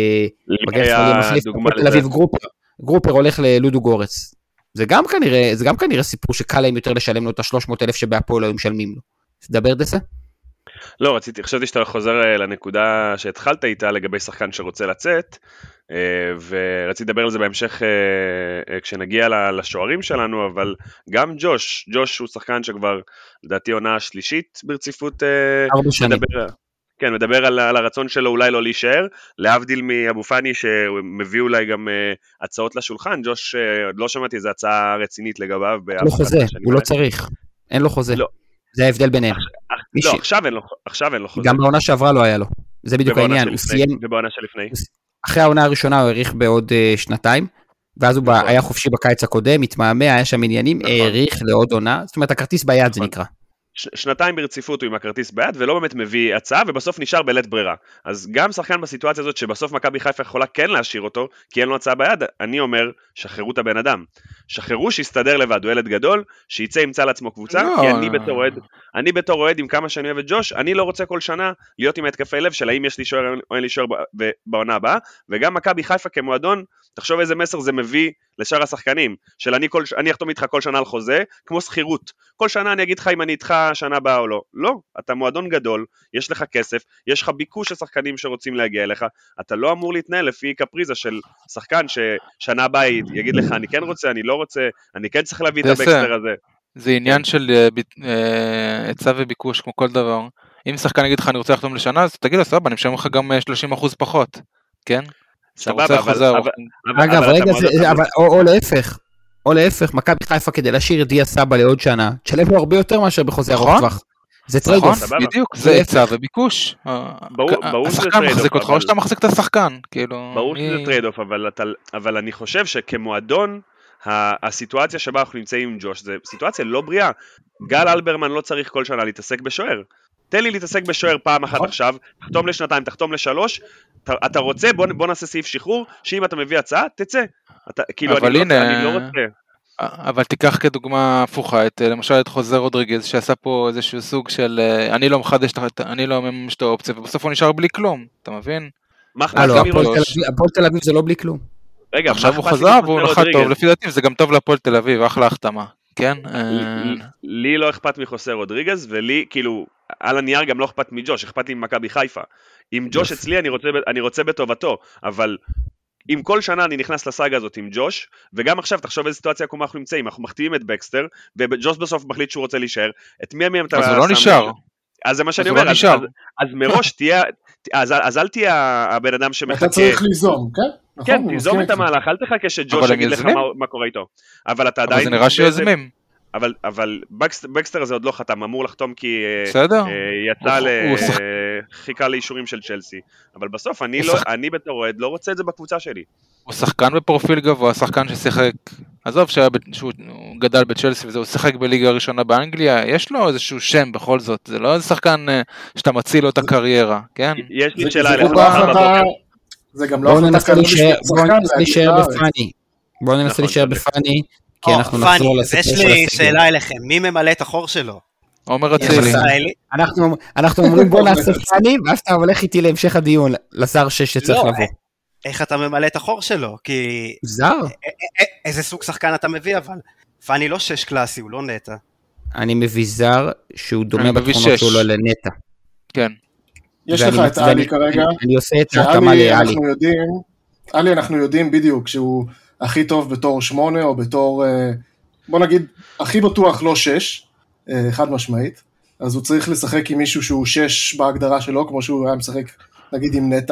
תל אביב גרופר הולך ללודו גורץ. זה גם כנראה, זה גם כנראה סיפור שקל להם יותר לשלם לו את ה-שלוש מאות אלף שבהפועל היו משלמים לו. תדבר דסה? לא, רציתי, חשבתי שאתה חוזר לנקודה שהתחלת איתה לגבי שחקן שרוצה לצאת, ורציתי לדבר על זה בהמשך כשנגיע לשוערים שלנו, אבל גם ג'וש, ג'וש הוא שחקן שכבר לדעתי עונה שלישית ברציפות, ארבע שנים. מדבר, כן, מדבר על, על הרצון שלו אולי לא להישאר, להבדיל מאבו פאני שמביא אולי גם הצעות לשולחן, ג'וש עוד לא שמעתי איזו הצעה רצינית לגביו. אין לו חוזה, הוא לא צריך, אין לו חוזה. לא. זה ההבדל ביניהם. לא, עכשיו אין לו, עכשיו אין לו חוזה. גם בעונה שעברה לא היה לו. זה בדיוק העניין. ובעונה שלפני. אחרי העונה הראשונה הוא העריך בעוד שנתיים, ואז הוא היה חופשי בקיץ הקודם, התמהמה, היה שם עניינים, העריך לעוד עונה, זאת אומרת, הכרטיס ביד זה נקרא. שנתיים ברציפות הוא עם הכרטיס ביד, ולא באמת מביא הצעה, ובסוף נשאר בלית ברירה. אז גם שחקן בסיטואציה הזאת, שבסוף מכבי חיפה יכולה כן להשאיר אותו, כי אין לו הצעה ביד, אני אומר, שחררו את הבן אדם. שחררו שיסתדר לבד, הוא ילד גדול, שיצא ימצא לעצמו קבוצה, לא. כי אני בתור אוהד, אני בתור אוהד עם כמה שאני אוהב את ג'וש, אני לא רוצה כל שנה להיות עם התקפי לב, של האם יש לי שוער או אין לי שוער בעונה הבאה, וגם מכבי חיפה כמועדון, תחשוב איזה מסר זה מביא לשאר השחקנים, של אני, כל, אני אחתום איתך כל שנה על חוזה, כמו שכירות. כל שנה אני אגיד לך אם אני איתך שנה הבאה או לא. לא, אתה מועדון גדול, יש לך כסף, יש לך ביקוש של שחקנים שרוצים להגיע אליך, אתה לא אמור להתנהל לפי קפריזה של שחקן ששנה הבאה יגיד לך, אני כן רוצה, אני לא רוצה, אני כן צריך להביא את הבקסטר הזה. זה עניין של היצע וביקוש, כמו כל דבר. אם שחקן יגיד לך, אני רוצה לחתום לשנה, אז תגיד לו, סבבה, אני משלם לך גם שלושים אחוז פחות, כן? סבבה, אבל... אגב, רגע, או להפך, או להפך, מכבי חיפה כדי להשאיר את דיה סבא לעוד שנה, תשלם לו הרבה יותר מאשר בחוזה ארוך טווח. זה טרייד אוף. בדיוק, זה היצע וביקוש. השחקן מחזיק אותך, או שאתה מחזיק את השחקן, כאילו... ברור שזה טרייד אוף, אבל אני חושב שכמועדון, הסיטואציה שבה אנחנו נמצאים עם ג'וש, זה סיטואציה לא בריאה. גל אלברמן לא צריך כל שנה להתעסק בשוער. תן לי להתעסק בשוער פעם אחת עכשיו, תחתום לשנתיים, תחתום לשלוש, אתה רוצה, בוא נעשה סעיף שחרור, שאם אתה מביא הצעה, תצא. כאילו, אני לא רוצה. אבל תיקח כדוגמה הפוכה, את למשל את חוזה רודריגז, שעשה פה איזשהו סוג של, אני לא מחדש, אני לא ממש את האופציה, ובסוף הוא נשאר בלי כלום, אתה מבין? הפועל תל אביב זה לא בלי כלום. רגע, עכשיו הוא חזר והוא נחת טוב, לפי דעתי זה גם טוב להפועל תל אביב, אחלה החתמה, כן? לי לא אכפת מחוסה רודריגז, ולי, כאילו, על הנייר גם לא אכפת מג'וש, אכפת לי ממכבי חיפה. עם ג'וש אצלי אני רוצה בטובתו, אבל אם כל שנה אני נכנס לסאגה הזאת עם ג'וש, וגם עכשיו תחשוב איזו סיטואציה כמו אנחנו נמצאים, אנחנו מחתימים את בקסטר, וג'וש בסוף מחליט שהוא רוצה להישאר, את מי מי אתה... אז הוא לא נשאר. אז זה מה שאני אומר, אז מראש תהיה, אז אל תהיה הבן אדם שמחכה... אתה צריך ליזום, כן? כן, תיזום את המהלך, אל תחכה שג'וש יגיד לך מה קורה איתו. אבל אתה עדיין... אבל זה נראה שיוזמים. אבל, אבל בקסטר הזה עוד לא חתם, אמור לחתום כי בסדר. יצא לחיכה לאישורים של צ'לסי. אבל בסוף אני, לא, אני בתור אוהד לא רוצה את זה בקבוצה שלי. הוא שחקן בפרופיל גבוה, שחקן ששיחק, עזוב שהוא גדל בצ'לסי וזה, הוא שיחק בליגה הראשונה באנגליה, יש לו איזשהו שם בכל זאת, זה לא איזה שחקן שאתה מציל לו את הקריירה, כן? יש לי שאלה אליך. זה גם לא החלטה כזאת של שחקן להישאר בפאני. בואו ננסה להישאר בפאני. כי אנחנו נחזור לסיפור של הסגל. יש לי שאלה אליכם, מי ממלא את החור שלו? עומר אצילי. אנחנו אומרים בוא נעשה פאני, ואז אתה הולך איתי להמשך הדיון, לשר שש שצריך לבוא. איך אתה ממלא את החור שלו? כי... זר. איזה סוג שחקן אתה מביא אבל? פאני לא שש קלאסי, הוא לא נטע. אני מביא זר שהוא דומה בתכונות שלו לנטע. כן. יש לך את אלי כרגע. אני עושה את ההתאמה לאלי. אלי אנחנו יודעים בדיוק שהוא... הכי טוב בתור שמונה, או בתור, בוא נגיד, הכי בטוח לא שש, חד משמעית, אז הוא צריך לשחק עם מישהו שהוא שש בהגדרה שלו, כמו שהוא היה משחק, נגיד, עם נטע,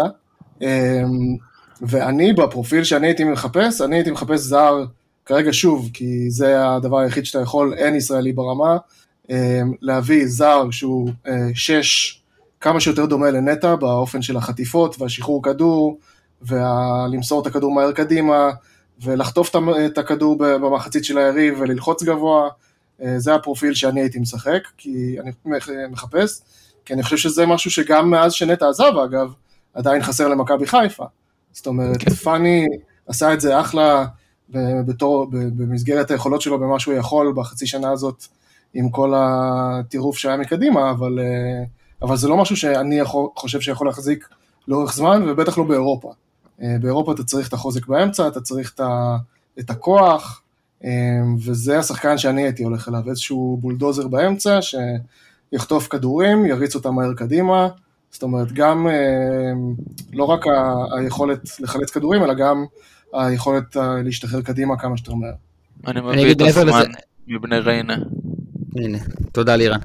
ואני, בפרופיל שאני הייתי מחפש, אני הייתי מחפש זר, כרגע שוב, כי זה הדבר היחיד שאתה יכול, אין ישראלי ברמה, להביא זר שהוא שש, כמה שיותר דומה לנטע, באופן של החטיפות, והשחרור כדור, ולמסור את הכדור מהר קדימה, ולחטוף את הכדור במחצית של היריב וללחוץ גבוה, זה הפרופיל שאני הייתי משחק, כי אני מחפש, כי אני חושב שזה משהו שגם מאז שנטע עזב, אגב, עדיין חסר למכבי חיפה. זאת אומרת, okay. פאני עשה את זה אחלה, בתור, במסגרת היכולות שלו, במה שהוא יכול בחצי שנה הזאת, עם כל הטירוף שהיה מקדימה, אבל, אבל זה לא משהו שאני יכול, חושב שיכול להחזיק לאורך זמן, ובטח לא באירופה. באירופה אתה צריך את החוזק באמצע, אתה צריך את הכוח, וזה השחקן שאני הייתי הולך אליו, איזשהו בולדוזר באמצע, יחטוף כדורים, יריץ אותם מהר קדימה, זאת אומרת, גם לא רק היכולת לחלץ כדורים, אלא גם היכולת להשתחרר קדימה כמה שיותר מהר. אני מביא את הזמן מבני ריינה. הנה, תודה לירן.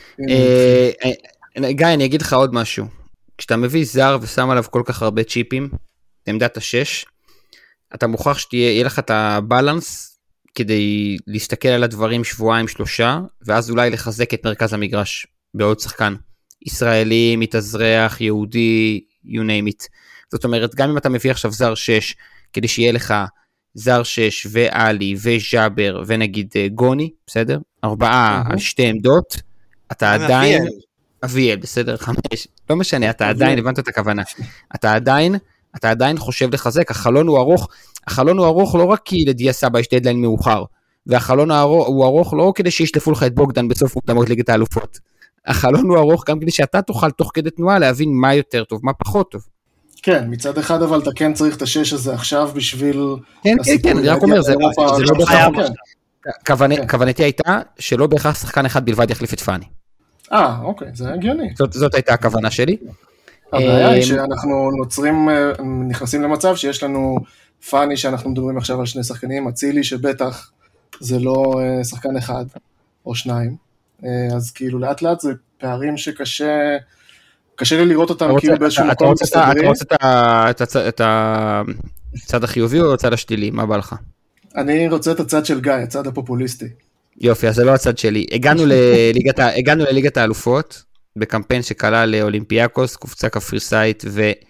גיא, אני אגיד לך עוד משהו. כשאתה מביא זר ושם עליו כל כך הרבה צ'יפים, עמדת השש, אתה מוכרח שתהיה לך את הבלנס, כדי להסתכל על הדברים שבועיים שלושה, ואז אולי לחזק את מרכז המגרש, בעוד שחקן. ישראלי, מתאזרח, יהודי, you name it. זאת אומרת, גם אם אתה מביא עכשיו זר שש, כדי שיהיה לך זר שש, ואלי, וז'אבר, ונגיד גוני, בסדר? ארבעה על שתי עמדות, אתה עדיין... אביאל, בסדר, חמש. לא משנה, אתה עדיין, הבנת את הכוונה. אתה עדיין, אתה עדיין חושב לחזק, החלון הוא ארוך, החלון הוא ארוך לא רק כי לדיה סבא יש דדליין מאוחר, והחלון הוא ארוך לא כדי שישלפו לך את בוגדן בסוף מוקדמות ליגת האלופות. החלון הוא ארוך גם כדי שאתה תוכל תוך כדי תנועה להבין מה יותר טוב, מה פחות טוב. כן, מצד אחד אבל אתה כן צריך את השש הזה עכשיו בשביל... כן, כן, כן, אני רק אומר, זה לא בהכרח... כוונתי הייתה שלא בהכרח שחקן אחד בלבד יחליף את פאני. אה, אוקיי, זה הגיוני. זאת הייתה הכוונה שלי. הבעיה היא שאנחנו נוצרים, נכנסים למצב שיש לנו פאני שאנחנו מדברים עכשיו על שני שחקנים, אצילי שבטח זה לא שחקן אחד או שניים, אז כאילו לאט לאט זה פערים שקשה, קשה לי לראות אותם כאילו באיזשהו מקום מסתדרים. אתה רוצה את הצד החיובי או הצד השלילי? מה בא לך? אני רוצה את הצד של גיא, הצד הפופוליסטי. יופי, אז זה לא הצד שלי. הגענו לליגת, הגענו לליגת האלופות, בקמפיין שכלל לאולימפיאקוס, קופצה קפריסאית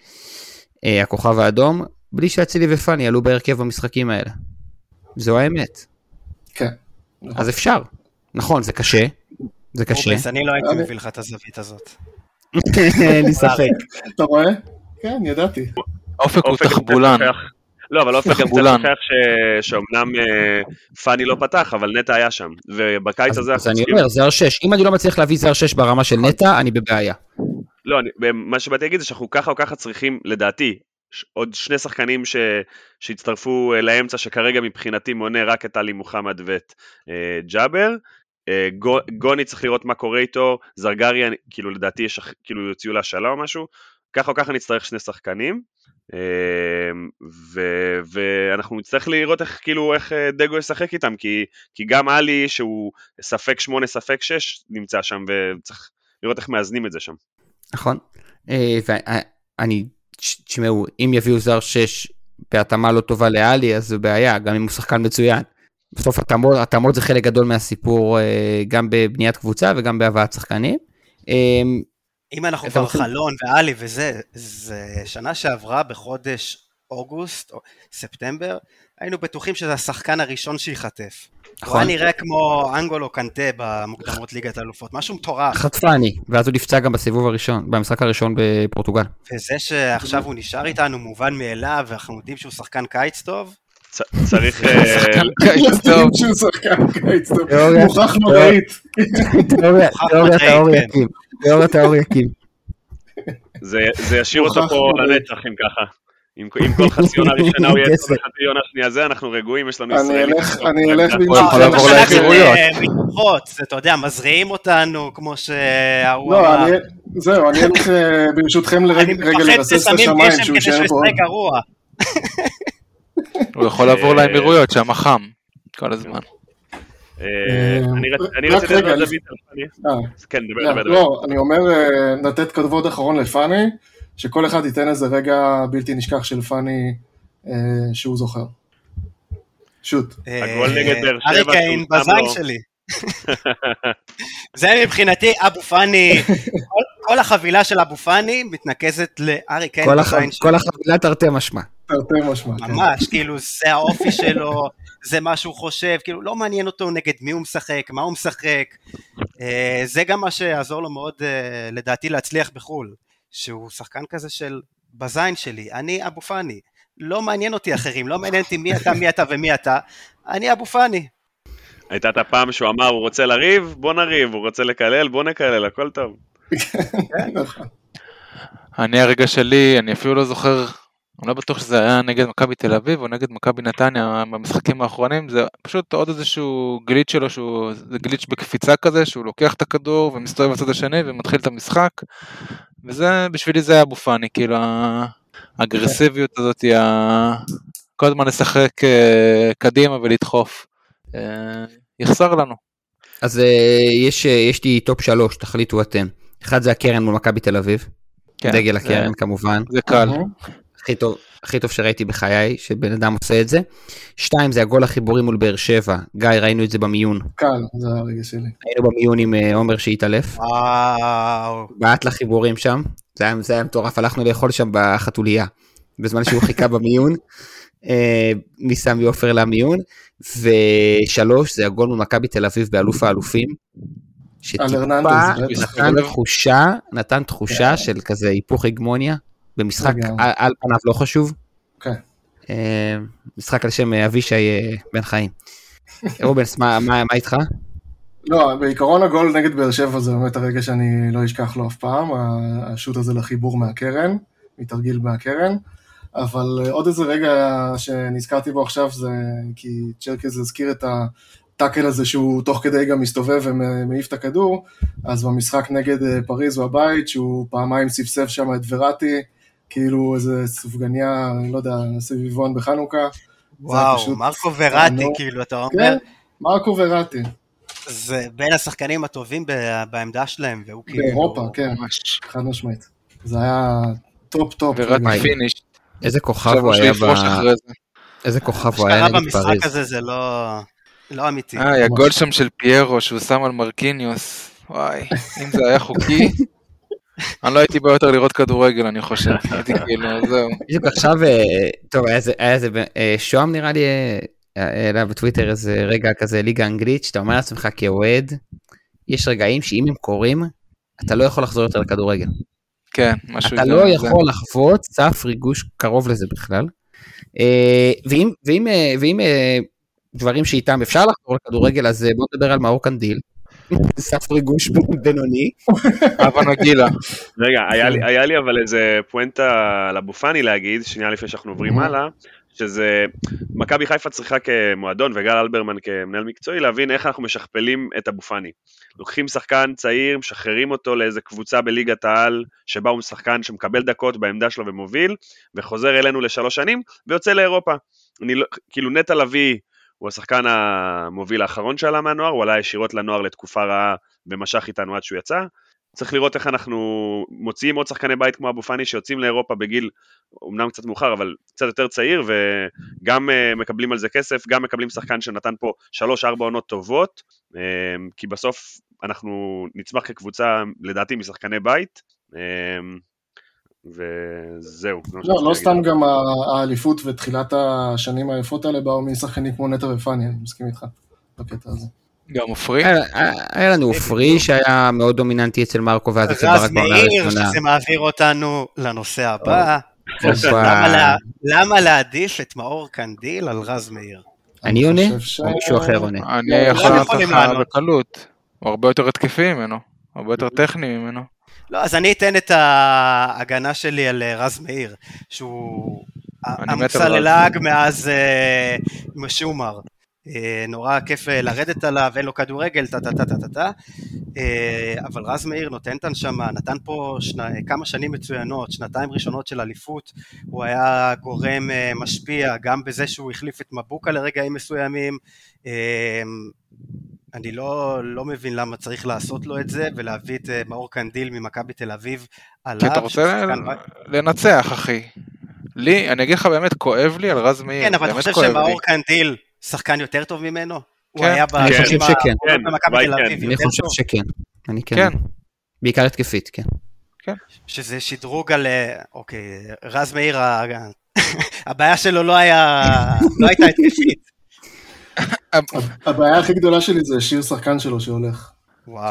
והכוכב האדום, בלי שאצילי ופאני עלו בהרכב במשחקים האלה. זו האמת. כן. אז אפשר. נכון, זה קשה. זה קשה. אורבס, אני לא הייתי מביא לך את הזווית הזאת. אין לי ספק. אתה רואה? כן, ידעתי. אופק הוא תחבולן. לא, אבל אופק גם צריך לכך שאומנם פאני לא פתח, אבל נטע היה שם, ובקיץ הזה... אז אני אומר, זר שש, אם אני לא מצליח להביא זר שש ברמה של נטע, אני בבעיה. לא, מה שבאתי להגיד זה שאנחנו ככה או ככה צריכים, לדעתי, עוד שני שחקנים שהצטרפו לאמצע, שכרגע מבחינתי מונה רק את עלי מוחמד ואת ג'אבר, גוני צריך לראות מה קורה איתו, זרגרי, כאילו לדעתי כאילו יוציאו להשאלה או משהו, ככה או ככה נצטרך שני שחקנים, ואנחנו נצטרך לראות איך כאילו איך דגו ישחק איתם, כי כי גם עלי שהוא ספק שמונה ספק שש נמצא שם, וצריך לראות איך מאזנים את זה שם. נכון. ואני תשמעו, אם יביאו זר שש בהתאמה לא טובה לעלי, אז זו בעיה, גם אם הוא שחקן מצוין. בסוף התאמות זה חלק גדול מהסיפור, גם בבניית קבוצה וגם בהבאת שחקנים. אם אנחנו כבר חלון ואלי וזה, זה שנה שעברה בחודש אוגוסט או ספטמבר, היינו בטוחים שזה השחקן הראשון שיחטף. הוא היה נראה כמו אנגולו קנטה במוקדמות ליגת האלופות, משהו מטורף. חטפני, ואז הוא נפצע גם בסיבוב הראשון, במשחק הראשון בפורטוגל. וזה שעכשיו הוא נשאר איתנו מובן מאליו, ואנחנו יודעים שהוא שחקן קיץ טוב. צריך... שחקן קיץ טוב. שהוא שחקן קיץ טוב. מוכח נוראית. תיאוריית האור יקים. תיאוריית האור יקים. זה ישאיר אותו פה לנצח אם ככה. אם כל חצי עונה ראשונה הוא יהיה חצי עונה שנייה זה, אנחנו רגועים, יש לנו ישראלים. אני אלך הוא יכול לעבור לאמירויות. אתה יודע, מזריעים אותנו כמו שהוא אמר. זהו, אני אלך ברשותכם לרגע לרסס את השמיים שהוא יישאר פה. הוא יכול לעבור לאמירויות, שם חם כל הזמן. אני רציתי לדבר על דוד על פאני. כן, דבר, דבר. לא, אני אומר, נתת כבוד אחרון לפאני, שכל אחד ייתן איזה רגע בלתי נשכח של פאני שהוא זוכר. שוט. הגול נגד באר שבע. אריקיין בזין שלי. זה מבחינתי אבו פאני, כל החבילה של אבו פאני מתנקזת לאריקיין בזין שלי. כל החבילה תרתי משמע. תרתי משמע. ממש, כאילו זה האופי שלו, זה מה שהוא חושב, כאילו לא מעניין אותו נגד מי הוא משחק, מה הוא משחק. זה גם מה שיעזור לו מאוד לדעתי להצליח בחול. שהוא שחקן כזה של בזין שלי, אני אבו פאני, לא מעניין אותי אחרים, לא מעניין אותי מי אתה, מי אתה ומי אתה, אני אבו פאני. הייתה את הפעם שהוא אמר, הוא רוצה לריב, בוא נריב, הוא רוצה לקלל, בוא נקלל, הכל טוב. אני הרגע שלי, אני אפילו לא זוכר אני לא בטוח שזה היה נגד מכבי תל אביב או נגד מכבי נתניה במשחקים האחרונים, זה פשוט עוד איזשהו גליץ' שלו, שהוא, זה גליץ' בקפיצה כזה, שהוא לוקח את הכדור ומסתובב בצד השני ומתחיל את המשחק, וזה, בשבילי זה היה אבו פאני, כאילו האגרסיביות הזאת היא כל הזמן לשחק קדימה ולדחוף, יחסר לנו. אז יש, יש לי טופ שלוש, תחליטו אתם. אחד זה הקרן מול מכבי תל אביב, כן, דגל הקרן זה, כמובן. זה קל. הכי טוב, הכי טוב שראיתי בחיי, שבן אדם עושה את זה. שתיים, זה הגול החיבורי מול באר שבע. גיא, ראינו את זה במיון. קל, זה הרגע שלי. היינו במיון עם עומר שהתעלף. וואו. בעט לחיבורים שם. זה היה, זה היה מטורף, הלכנו לאכול שם בחתוליה. בזמן שהוא חיכה במיון. ניסם יופר למיון. ושלוש, זה הגול מול מכבי תל אביב באלוף האלופים. שטיפה נתן תחושה, נתן תחושה של כזה היפוך הגמוניה. במשחק על פניו לא חשוב. משחק על שם אבישי בן חיים. רובנס, מה איתך? לא, בעיקרון הגול נגד באר שבע זה באמת הרגע שאני לא אשכח לו אף פעם, השוט הזה לחיבור מהקרן, מתרגיל מהקרן, אבל עוד איזה רגע שנזכרתי בו עכשיו זה כי צ'רקז הזכיר את הטאקל הזה שהוא תוך כדי גם מסתובב ומעיף את הכדור, אז במשחק נגד פריז בבית שהוא פעמיים ספסף שם את וראטי, כאילו איזה סופגניה, אני לא יודע, סביבון בחנוכה. וואו, מרקו וראטי, כאילו, אתה אומר? כן, מרקו וראטי. זה בין השחקנים הטובים בעמדה שלהם, והוא כאילו... באירופה, כן, חד משמעית. זה היה טופ טופ. וראטי פיניש. איזה כוכב הוא היה ב... איזה כוכב הוא היה נגד פריז. שקרה במשחק הזה זה לא אמיתי. אה, הגול שם של פיירו, שהוא שם על מרקיניוס. וואי, אם זה היה חוקי... אני לא הייתי בא יותר לראות כדורגל, אני חושב. הייתי כאילו, זהו. בדיוק עכשיו, טוב, היה איזה, שואם נראה לי, היה בטוויטר איזה רגע כזה ליגה אנגלית, שאתה אומר לעצמך כאוהד, יש רגעים שאם הם קורים, אתה לא יכול לחזור יותר לכדורגל. כן, משהו... אתה לא יכול לחוות סף ריגוש קרוב לזה בכלל. ואם דברים שאיתם אפשר לחזור לכדורגל, אז בואו נדבר על מאור קנדיל. סף ריגוש בינוני. אבא נגילה. רגע, היה לי, היה לי אבל איזה פואנטה לאבו פאני להגיד, שנייה לפני שאנחנו עוברים הלאה, שזה, מכבי חיפה צריכה כמועדון וגל אלברמן כמנהל מקצועי, להבין איך אנחנו משכפלים את אבו פאני. לוקחים שחקן צעיר, משחררים אותו לאיזה קבוצה בליגת העל, שבה הוא שחקן שמקבל דקות בעמדה שלו ומוביל, וחוזר אלינו לשלוש שנים, ויוצא לאירופה. אני לא, כאילו נטע לביא, הוא השחקן המוביל האחרון שעלה מהנוער, הוא עלה ישירות לנוער לתקופה רעה ומשך איתנו עד שהוא יצא. צריך לראות איך אנחנו מוציאים עוד שחקני בית כמו אבו פאני שיוצאים לאירופה בגיל, אמנם קצת מאוחר, אבל קצת יותר צעיר, וגם מקבלים על זה כסף, גם מקבלים שחקן שנתן פה שלוש ארבע עונות טובות, כי בסוף אנחנו נצמח כקבוצה לדעתי משחקני בית, וזהו. לא, לא סתם גם האליפות ותחילת השנים היפות האלה באו משחקנים כמו נטע ופאני, אני מסכים איתך בקטע הזה. גם אופרי? היה לנו אופרי שהיה מאוד דומיננטי אצל מרקו ואז אצל ברק בעונה הראשונה. רז מאיר, שזה מעביר אותנו לנושא הבא. למה להעדיף את מאור קנדיל על רז מאיר? אני עונה? או מישהו אחר עונה? אני יכול לענות לך בקלות. הוא הרבה יותר התקפי ממנו, הרבה יותר טכני ממנו. לא, אז אני אתן את ההגנה שלי על רז מאיר, שהוא המוצא ללעג מאז משומר. נורא כיף לרדת עליו, אין לו כדורגל, טה-טה-טה-טה-טה, אבל רז מאיר נותן כאן שמה, נתן פה כמה שנים מצוינות, שנתיים ראשונות של אליפות, הוא היה גורם משפיע, גם בזה שהוא החליף את מבוקה לרגעים מסוימים, אני לא, לא מבין למה צריך לעשות לו את זה, ולהביא את מאור קנדיל ממכבי תל אביב עליו. כי אתה רוצה לנצח, אחי. לי, אני אגיד לך באמת, כואב לי על רז מאיר. כן, אבל אתה חושב שמאור קנדיל שחקן יותר טוב ממנו? הוא היה אני חושב שכן. במכבי תל אביב. אני חושב שכן. אני כן. בעיקר התקפית, כן. שזה שדרוג על, אוקיי, רז מאיר, הבעיה שלו לא הייתה התקפית. הבעיה הכי גדולה שלי זה שיר שחקן שלו שהולך. וואו,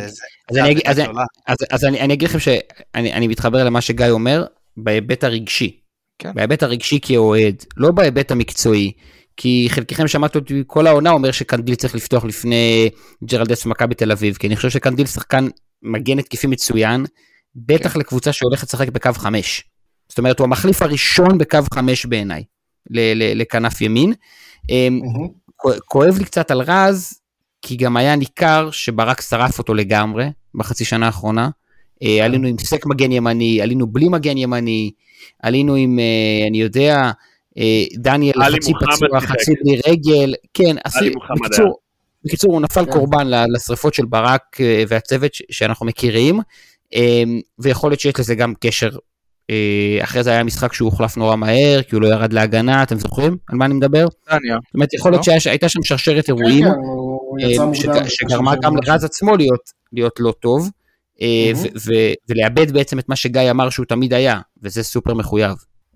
אז אני אגיד לכם שאני מתחבר למה שגיא אומר, בהיבט הרגשי. בהיבט הרגשי כאוהד, לא בהיבט המקצועי, כי חלקכם שמעת אותי כל העונה אומר שקנדיל צריך לפתוח לפני ג'רלדס ומכבי תל אביב, כי אני חושב שקנדיל שחקן מגן התקפי מצוין, בטח לקבוצה שהולכת לשחק בקו חמש. זאת אומרת, הוא המחליף הראשון בקו חמש בעיניי, לכנף ימין. כואב לי קצת על רז, כי גם היה ניכר שברק שרף אותו לגמרי, בחצי שנה האחרונה. עלינו עם סק מגן ימני, עלינו בלי מגן ימני, עלינו עם, אני יודע, דניאל חצי פצוע, חצי בלי רגל, כן, בקיצור, בקיצור הוא נפל קורבן לשריפות של ברק והצוות שאנחנו מכירים, ויכול להיות שיש לזה גם קשר, אחרי זה היה משחק שהוא הוחלף נורא מהר, כי הוא לא ירד להגנה, אתם זוכרים על מה אני מדבר? זאת אומרת, יכול להיות שהייתה שם שרשרת אירועים, שגרמה גם לרז עצמו להיות לא טוב, ולאבד בעצם את מה שגיא אמר שהוא תמיד היה, וזה סופר מחויב.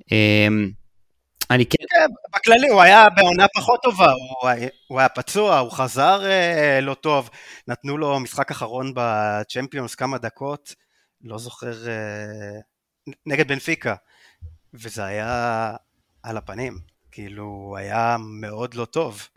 אני כן... בכללי הוא היה בעונה פחות טובה, הוא היה פצוע, הוא חזר לא טוב, נתנו לו משחק אחרון בצ'מפיונס כמה דקות, לא זוכר, נגד בנפיקה, וזה היה על הפנים, כאילו הוא היה מאוד לא טוב,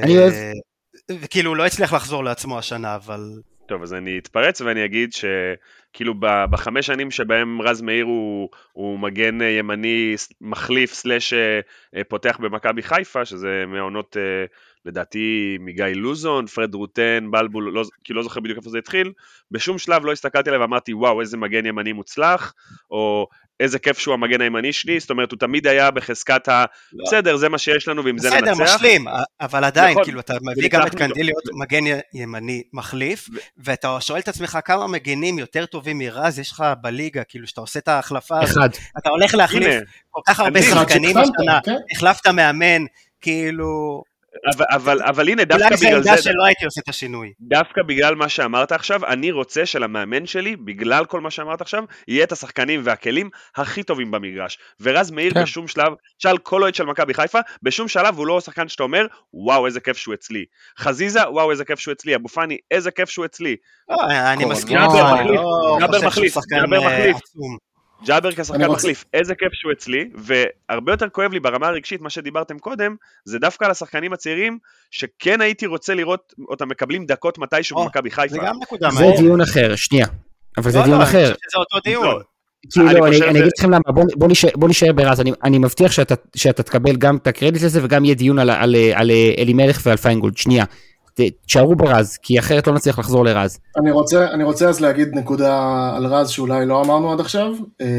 וכאילו הוא לא הצליח לחזור לעצמו השנה, אבל... טוב, אז אני אתפרץ ואני אגיד שכאילו בחמש שנים שבהם רז מאיר הוא, הוא מגן ימני מחליף סלש פותח במכבי חיפה, שזה מעונות לדעתי מגיא לוזון, פרד רוטן, בלבול, לא, כי לא זוכר בדיוק איפה זה התחיל, בשום שלב לא הסתכלתי עליו ואמרתי וואו איזה מגן ימני מוצלח, או איזה כיף שהוא המגן הימני שלי, זאת אומרת הוא תמיד היה בחזקת ה... לא. בסדר, זה מה שיש לנו ועם זה ננצח. בסדר, משלים, אבל עדיין, נכון, כאילו אתה מביא גם את קנדיל להיות מגן ימני מחליף, ו... ואתה שואל את עצמך כמה מגנים יותר טובים מרז יש לך בליגה, כאילו שאתה עושה את ההחלפה הזאת, אתה הולך להחליף הנה, כל כך הרבה שחקנים השנה, החלפת מאמן, כאילו... אבל, אבל, אבל הנה, דווקא בגלל זה, שלא הייתי עושה את השינוי. דווקא בגלל מה שאמרת עכשיו, אני רוצה שלמאמן שלי, בגלל כל מה שאמרת עכשיו, יהיה את השחקנים והכלים הכי טובים במגרש. ורז מאיר כן. בשום שלב, שאל כל אוהד של מכבי חיפה, בשום שלב הוא לא שחקן שאתה אומר, וואו, איזה כיף שהוא אצלי. חזיזה, וואו, איזה כיף שהוא אצלי. אבו פאני, איזה כיף שהוא אצלי. אני מסכים. ג'אבר מחליף, ג'אבר מחליף. ג'אבר כשחקן מחליף, איזה כיף שהוא אצלי, והרבה יותר כואב לי ברמה הרגשית, מה שדיברתם קודם, זה דווקא על השחקנים הצעירים, שכן הייתי רוצה לראות אותם מקבלים דקות מתישהו במכבי חיפה. זה גם נקודה. זה דיון אחר, שנייה, אבל זה דיון אחר. זה אותו דיון. כאילו, אני אגיד לכם למה, בוא נשאר ברז, אני מבטיח שאתה תקבל גם את הקרדיט לזה, וגם יהיה דיון על אלימלך ועל פיינגולד, שנייה. תשארו ברז, כי אחרת לא נצליח לחזור לרז. אני רוצה, אני רוצה אז להגיד נקודה על רז שאולי לא אמרנו עד עכשיו.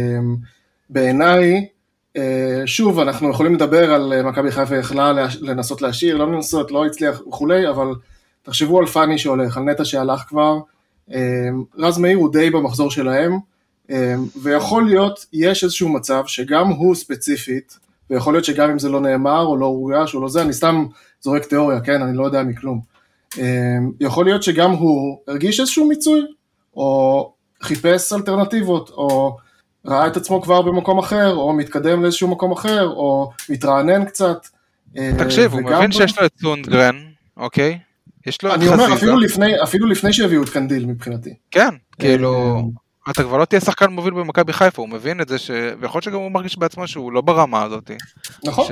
בעיניי, שוב, אנחנו יכולים לדבר על מכבי חיפה יכלה לנסות להשאיר, לא לנסות, לא הצליח וכולי, אבל תחשבו על פאני שהולך, על נטע שהלך כבר. רז מאיר הוא די במחזור שלהם, ויכול להיות, יש איזשהו מצב שגם הוא ספציפית, ויכול להיות שגם אם זה לא נאמר או לא הורגש או לא זה, אני סתם זורק תיאוריה, כן, אני לא יודע מכלום. יכול להיות שגם הוא הרגיש איזשהו מיצוי, או חיפש אלטרנטיבות, או ראה את עצמו כבר במקום אחר, או מתקדם לאיזשהו מקום אחר, או מתרענן קצת. תקשיב, הוא מבין שיש לו את סונדגרן, אוקיי? יש לו את חזיזה. אני אומר, אפילו לפני, אפילו לפני שהביאו את קנדיל מבחינתי. כן, כאילו, אתה כבר לא תהיה שחקן מוביל במכבי חיפה, הוא מבין את זה, ויכול להיות שגם הוא מרגיש בעצמו שהוא לא ברמה הזאת. נכון.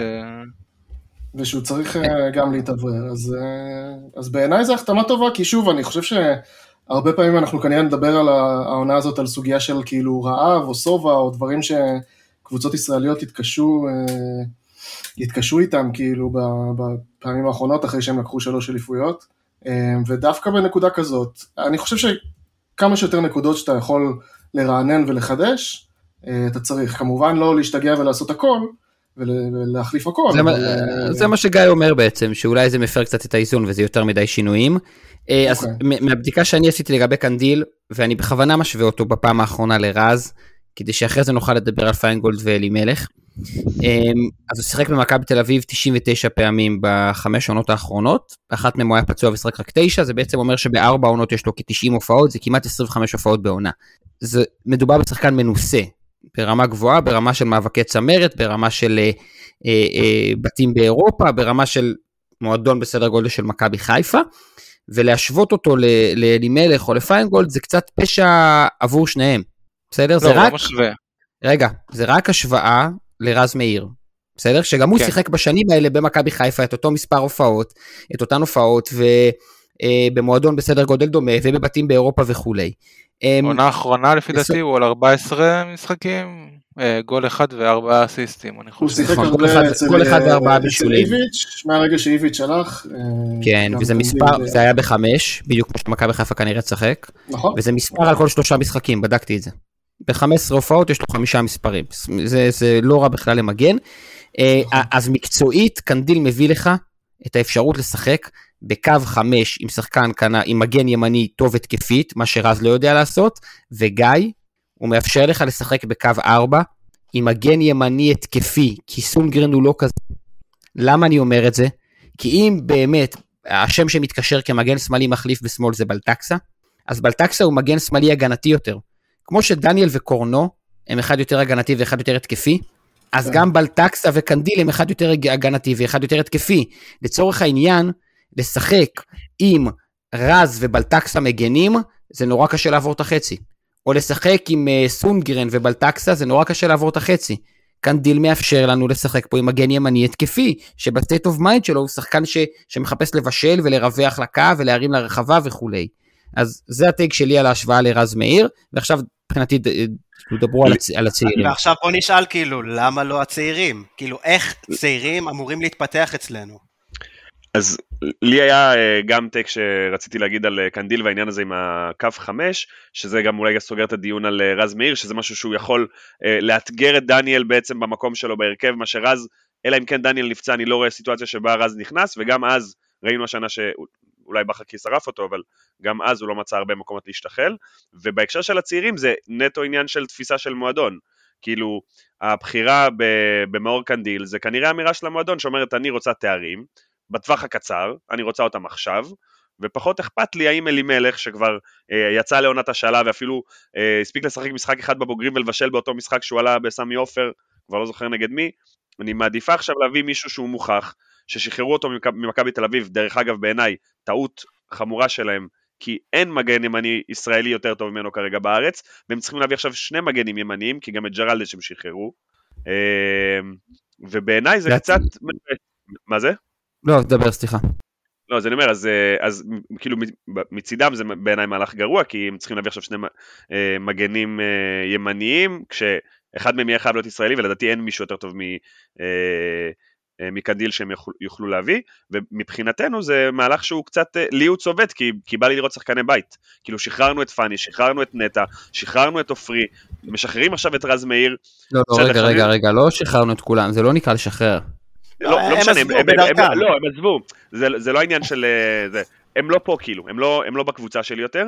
ושהוא צריך גם להתעברר, אז, אז בעיניי זה החתמה טובה, כי שוב, אני חושב שהרבה פעמים אנחנו כנראה נדבר על העונה הזאת, על סוגיה של כאילו רעב או סובה, או דברים שקבוצות ישראליות התקשו, התקשו איתם כאילו בפעמים האחרונות, אחרי שהם לקחו שלוש אליפויות, ודווקא בנקודה כזאת, אני חושב שכמה שיותר נקודות שאתה יכול לרענן ולחדש, אתה צריך כמובן לא להשתגע ולעשות הכל, ולהחליף הכל. זה מה שגיא אומר בעצם, שאולי זה מפר קצת את האיזון, וזה יותר מדי שינויים. אז מהבדיקה שאני עשיתי לגבי קנדיל, ואני בכוונה משווה אותו בפעם האחרונה לרז, כדי שאחרי זה נוכל לדבר על פיינגולד ואלימלך. אז הוא שיחק במכבי תל אביב תשעים ותשע פעמים בחמש עונות האחרונות, אחת מהם הוא היה פצוע ושחק רק תשע, זה בעצם אומר שבארבע עונות יש לו כ-תשעים הופעות, זה כמעט עשרים וחמש הופעות בעונה. זה מדובר בשחקן מנוסה, ברמה גבוהה, ברמה של מאבקי צמרת, ברמה של אה, אה, בתים באירופה, ברמה של מועדון בסדר גודל של מכבי חיפה, ולהשוות אותו לאלימלך או לפיינגולד, זה קצת פשע עבור שניהם. בסדר? לא, זה רק... לא משווה. רגע, זה רק השוואה לרז מאיר. בסדר? שגם הוא כן. שיחק בשנים האלה במכבי חיפה את אותו מספר הופעות, את אותן הופעות, ובמועדון בסדר גודל דומה, ובבתים באירופה וכולי. עונה האחרונה לפי דעתי הוא על ארבע עשרה משחקים, גול אחד וארבעה אסיסטים, אני חושב. הוא שיחק הרבה אצל איביץ', מהרגע שאיביץ' הלך. כן, וזה מספר, זה היה בחמש, בדיוק כמו שמכבי חיפה כנראה תשחק, וזה מספר על כל שלושה משחקים, בדקתי את זה. ב-חמש עשרה הופעות יש לו חמישה מספרים, זה לא רע בכלל למגן. אז מקצועית, קנדיל מביא לך את האפשרות לשחק בקו חמש עם שחקן קנה, עם מגן ימני טוב התקפית, מה שרז לא יודע לעשות, וגיא, הוא מאפשר לך לשחק בקו ארבע, עם מגן ימני התקפי, כי סונגרן הוא לא כזה. למה אני אומר את זה? כי אם באמת, השם שמתקשר כמגן שמאלי מחליף בשמאל זה בלטקסה, אז בלטקסה הוא מגן שמאלי הגנתי יותר. כמו שדניאל וקורנו, הם אחד יותר הגנתי ואחד יותר התקפי, אז גם בלטקסה וקנדיל הם אחד יותר הגנתי ואחד יותר התקפי. לצורך העניין, לשחק עם רז ובלטקסה מגנים, זה נורא קשה לעבור את החצי. או לשחק עם סונגרן ובלטקסה, זה נורא קשה לעבור את החצי. קנדיל מאפשר לנו לשחק פה עם מגן ימני התקפי, שבסטייט אוף מיינד שלו הוא שחקן ש, שמחפש לבשל ולרווח לקו ולהרים לרחבה וכו'. אז זה הטייק שלי על ההשוואה לרז מאיר, ועכשיו מבחינתי תדברו על, הצ... על הצעירים. ועכשיו בוא נשאל כאילו, למה לא הצעירים? כאילו, איך צעירים אמורים להתפתח אצלנו? אז לי היה גם טק שרציתי להגיד על קנדיל והעניין הזה עם הקו חמש, שזה גם אולי סוגר את הדיון על רז מאיר, שזה משהו שהוא יכול לאתגר את דניאל בעצם במקום שלו בהרכב, מה שרז, אלא אם כן דניאל נפצע, אני לא רואה סיטואציה שבה רז נכנס, וגם אז ראינו השנה שאולי בחקי שרף אותו, אבל גם אז הוא לא מצא הרבה מקומות להשתחל, ובהקשר של הצעירים זה נטו עניין של תפיסה של מועדון, כאילו הבחירה במאור קנדיל זה כנראה אמירה של המועדון שאומרת אני רוצה תארים, בטווח הקצר, אני רוצה אותם עכשיו, ופחות אכפת לי האם אלימלך שכבר אה, יצא לעונת השאלה ואפילו אה, הספיק לשחק משחק אחד בבוגרים ולבשל באותו משחק שהוא עלה בסמי אופר, כבר לא זוכר נגד מי, אני מעדיפה עכשיו להביא מישהו שהוא מוכח, ששחררו אותו ממכבי תל אביב, דרך אגב בעיניי, טעות חמורה שלהם, כי אין מגן ימני ישראלי יותר טוב ממנו כרגע בארץ, והם צריכים להביא עכשיו שני מגנים ימניים, כי גם את ג'רלדש שהם שחררו, אה, ובעיניי זה קצת, מה זה? לא, דבר, סליחה. לא, אז אני אומר, אז, אז כאילו מצידם זה בעיניי מהלך גרוע, כי הם צריכים להביא עכשיו שני מגנים ימניים, כשאחד מהם יהיה חייב להיות ישראלי, ולדעתי אין מישהו יותר טוב מקנדיל שהם יוכלו להביא, ומבחינתנו זה מהלך שהוא קצת ליהוץ עובד, כי, כי בא לי לראות שחקני בית, כאילו שחררנו את פני, שחררנו את נטה, שחררנו את אופרי, משחררים עכשיו את רז מאיר. לא, לא, רגע, רגע, רגע, לא שחררנו את כולם, זה לא נקרא לשחרר. לא, לא משנה, לא, הם עזבו, זה לא העניין של זה, הם לא פה כאילו, הם לא בקבוצה שלי יותר,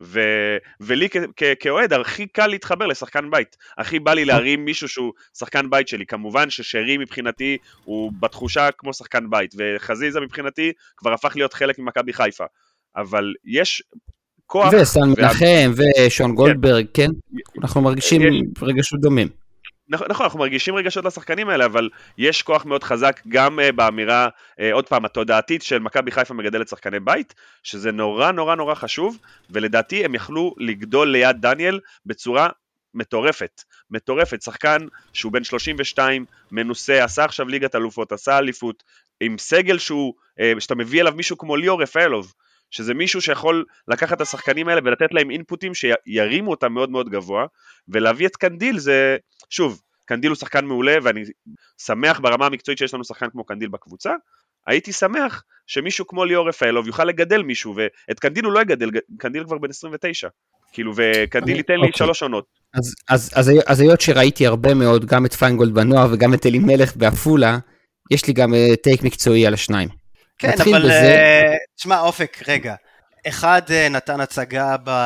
ולי כאוהד, הכי קל להתחבר לשחקן בית, הכי בא לי להרים מישהו שהוא שחקן בית שלי, כמובן ששרי מבחינתי הוא בתחושה כמו שחקן בית, וחזיזה מבחינתי כבר הפך להיות חלק ממכבי חיפה, אבל יש כוח... וסן מנחם ושון גולדברג, כן, אנחנו מרגישים רגשות דומים. נכון, אנחנו מרגישים רגשות לשחקנים האלה, אבל יש כוח מאוד חזק גם uh, באמירה, uh, עוד פעם, התודעתית של מכבי חיפה מגדלת שחקני בית, שזה נורא נורא נורא חשוב, ולדעתי הם יכלו לגדול ליד דניאל בצורה מטורפת, מטורפת, שחקן שהוא בן שלושים ושתיים, מנוסה, עשה עכשיו ליגת אלופות, עשה אליפות, עם סגל שהוא, uh, שאתה מביא אליו מישהו כמו ליאור רפאלוב, שזה מישהו שיכול לקחת את השחקנים האלה ולתת להם אינפוטים שירימו אותם מאוד מאוד גבוה, ולהביא את קנדיל זה, שוב, קנדיל הוא שחקן מעולה, ואני שמח ברמה המקצועית שיש לנו שחקן כמו קנדיל בקבוצה, הייתי שמח שמישהו כמו ליאור רפאלוב יוכל לגדל מישהו, ואת קנדיל הוא לא יגדל, קנדיל כבר בן עשרים ותשע, כאילו, וקנדיל ייתן לי שלוש עונות. אז, אז, אז, אז היות שראיתי הרבה מאוד, גם את פיינגולד בנוער, וגם את אלימלך באפולה, יש לי גם טייק מקצועי על השניים. כן, אבל בזה... תשמע, אופק, רגע, אחד נתן הצגה ב...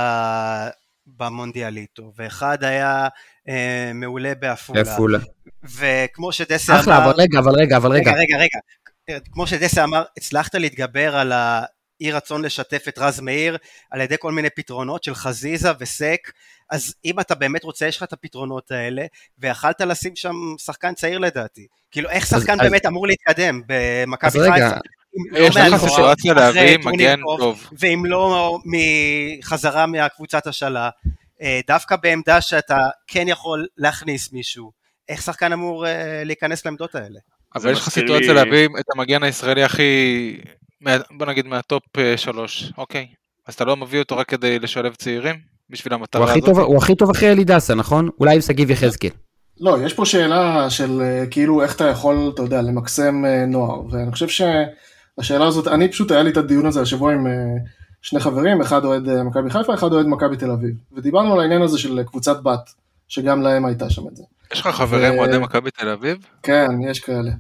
במונדיאליטו, ואחד היה אה, מעולה באפולה. באפולה. וכמו שדסה אמר... אחלה, אבל רגע, אבל רגע, אבל רגע. רגע, רגע, רגע. כמו שדסה אמר, הצלחת להתגבר על האי רצון לשתף את רז מאיר, על ידי כל מיני פתרונות של חזיזה וסק, אז אם אתה באמת רוצה, יש לך את הפתרונות האלה, ויכלת לשים שם שחקן צעיר לדעתי. כאילו, איך שחקן אז, באמת אז... אמור להתקדם במכבי חיפה? יש לך סיטואציה להביא מגן טוב. ואם לא מחזרה מהקבוצת השאלה, דווקא בעמדה שאתה כן יכול להכניס מישהו, איך שחקן אמור להיכנס לעמדות האלה? אבל יש לך סיטואציה להביא את המגן הישראלי הכי, בוא נגיד מהטופ שלוש, אוקיי. אז אתה לא מביא אותו רק כדי לשלב צעירים? בשביל המטרה הוא הכי הזאת. טוב, הוא הכי טוב אחרי אלי דסה, נכון? אולי עם שגיב יחזקאל. לא, יש פה שאלה של כאילו איך אתה יכול, אתה יודע, למקסם נוער, ואני חושב שהשאלה הזאת, אני פשוט היה לי את הדיון הזה השבוע עם שני חברים, אחד אוהד מכבי חיפה, אחד אוהד מכבי תל אביב, ודיברנו על העניין הזה של קבוצת בת, שגם להם הייתה שם את זה. יש לך חברים ו... אוהדי מכבי תל אביב? כן, יש כאלה.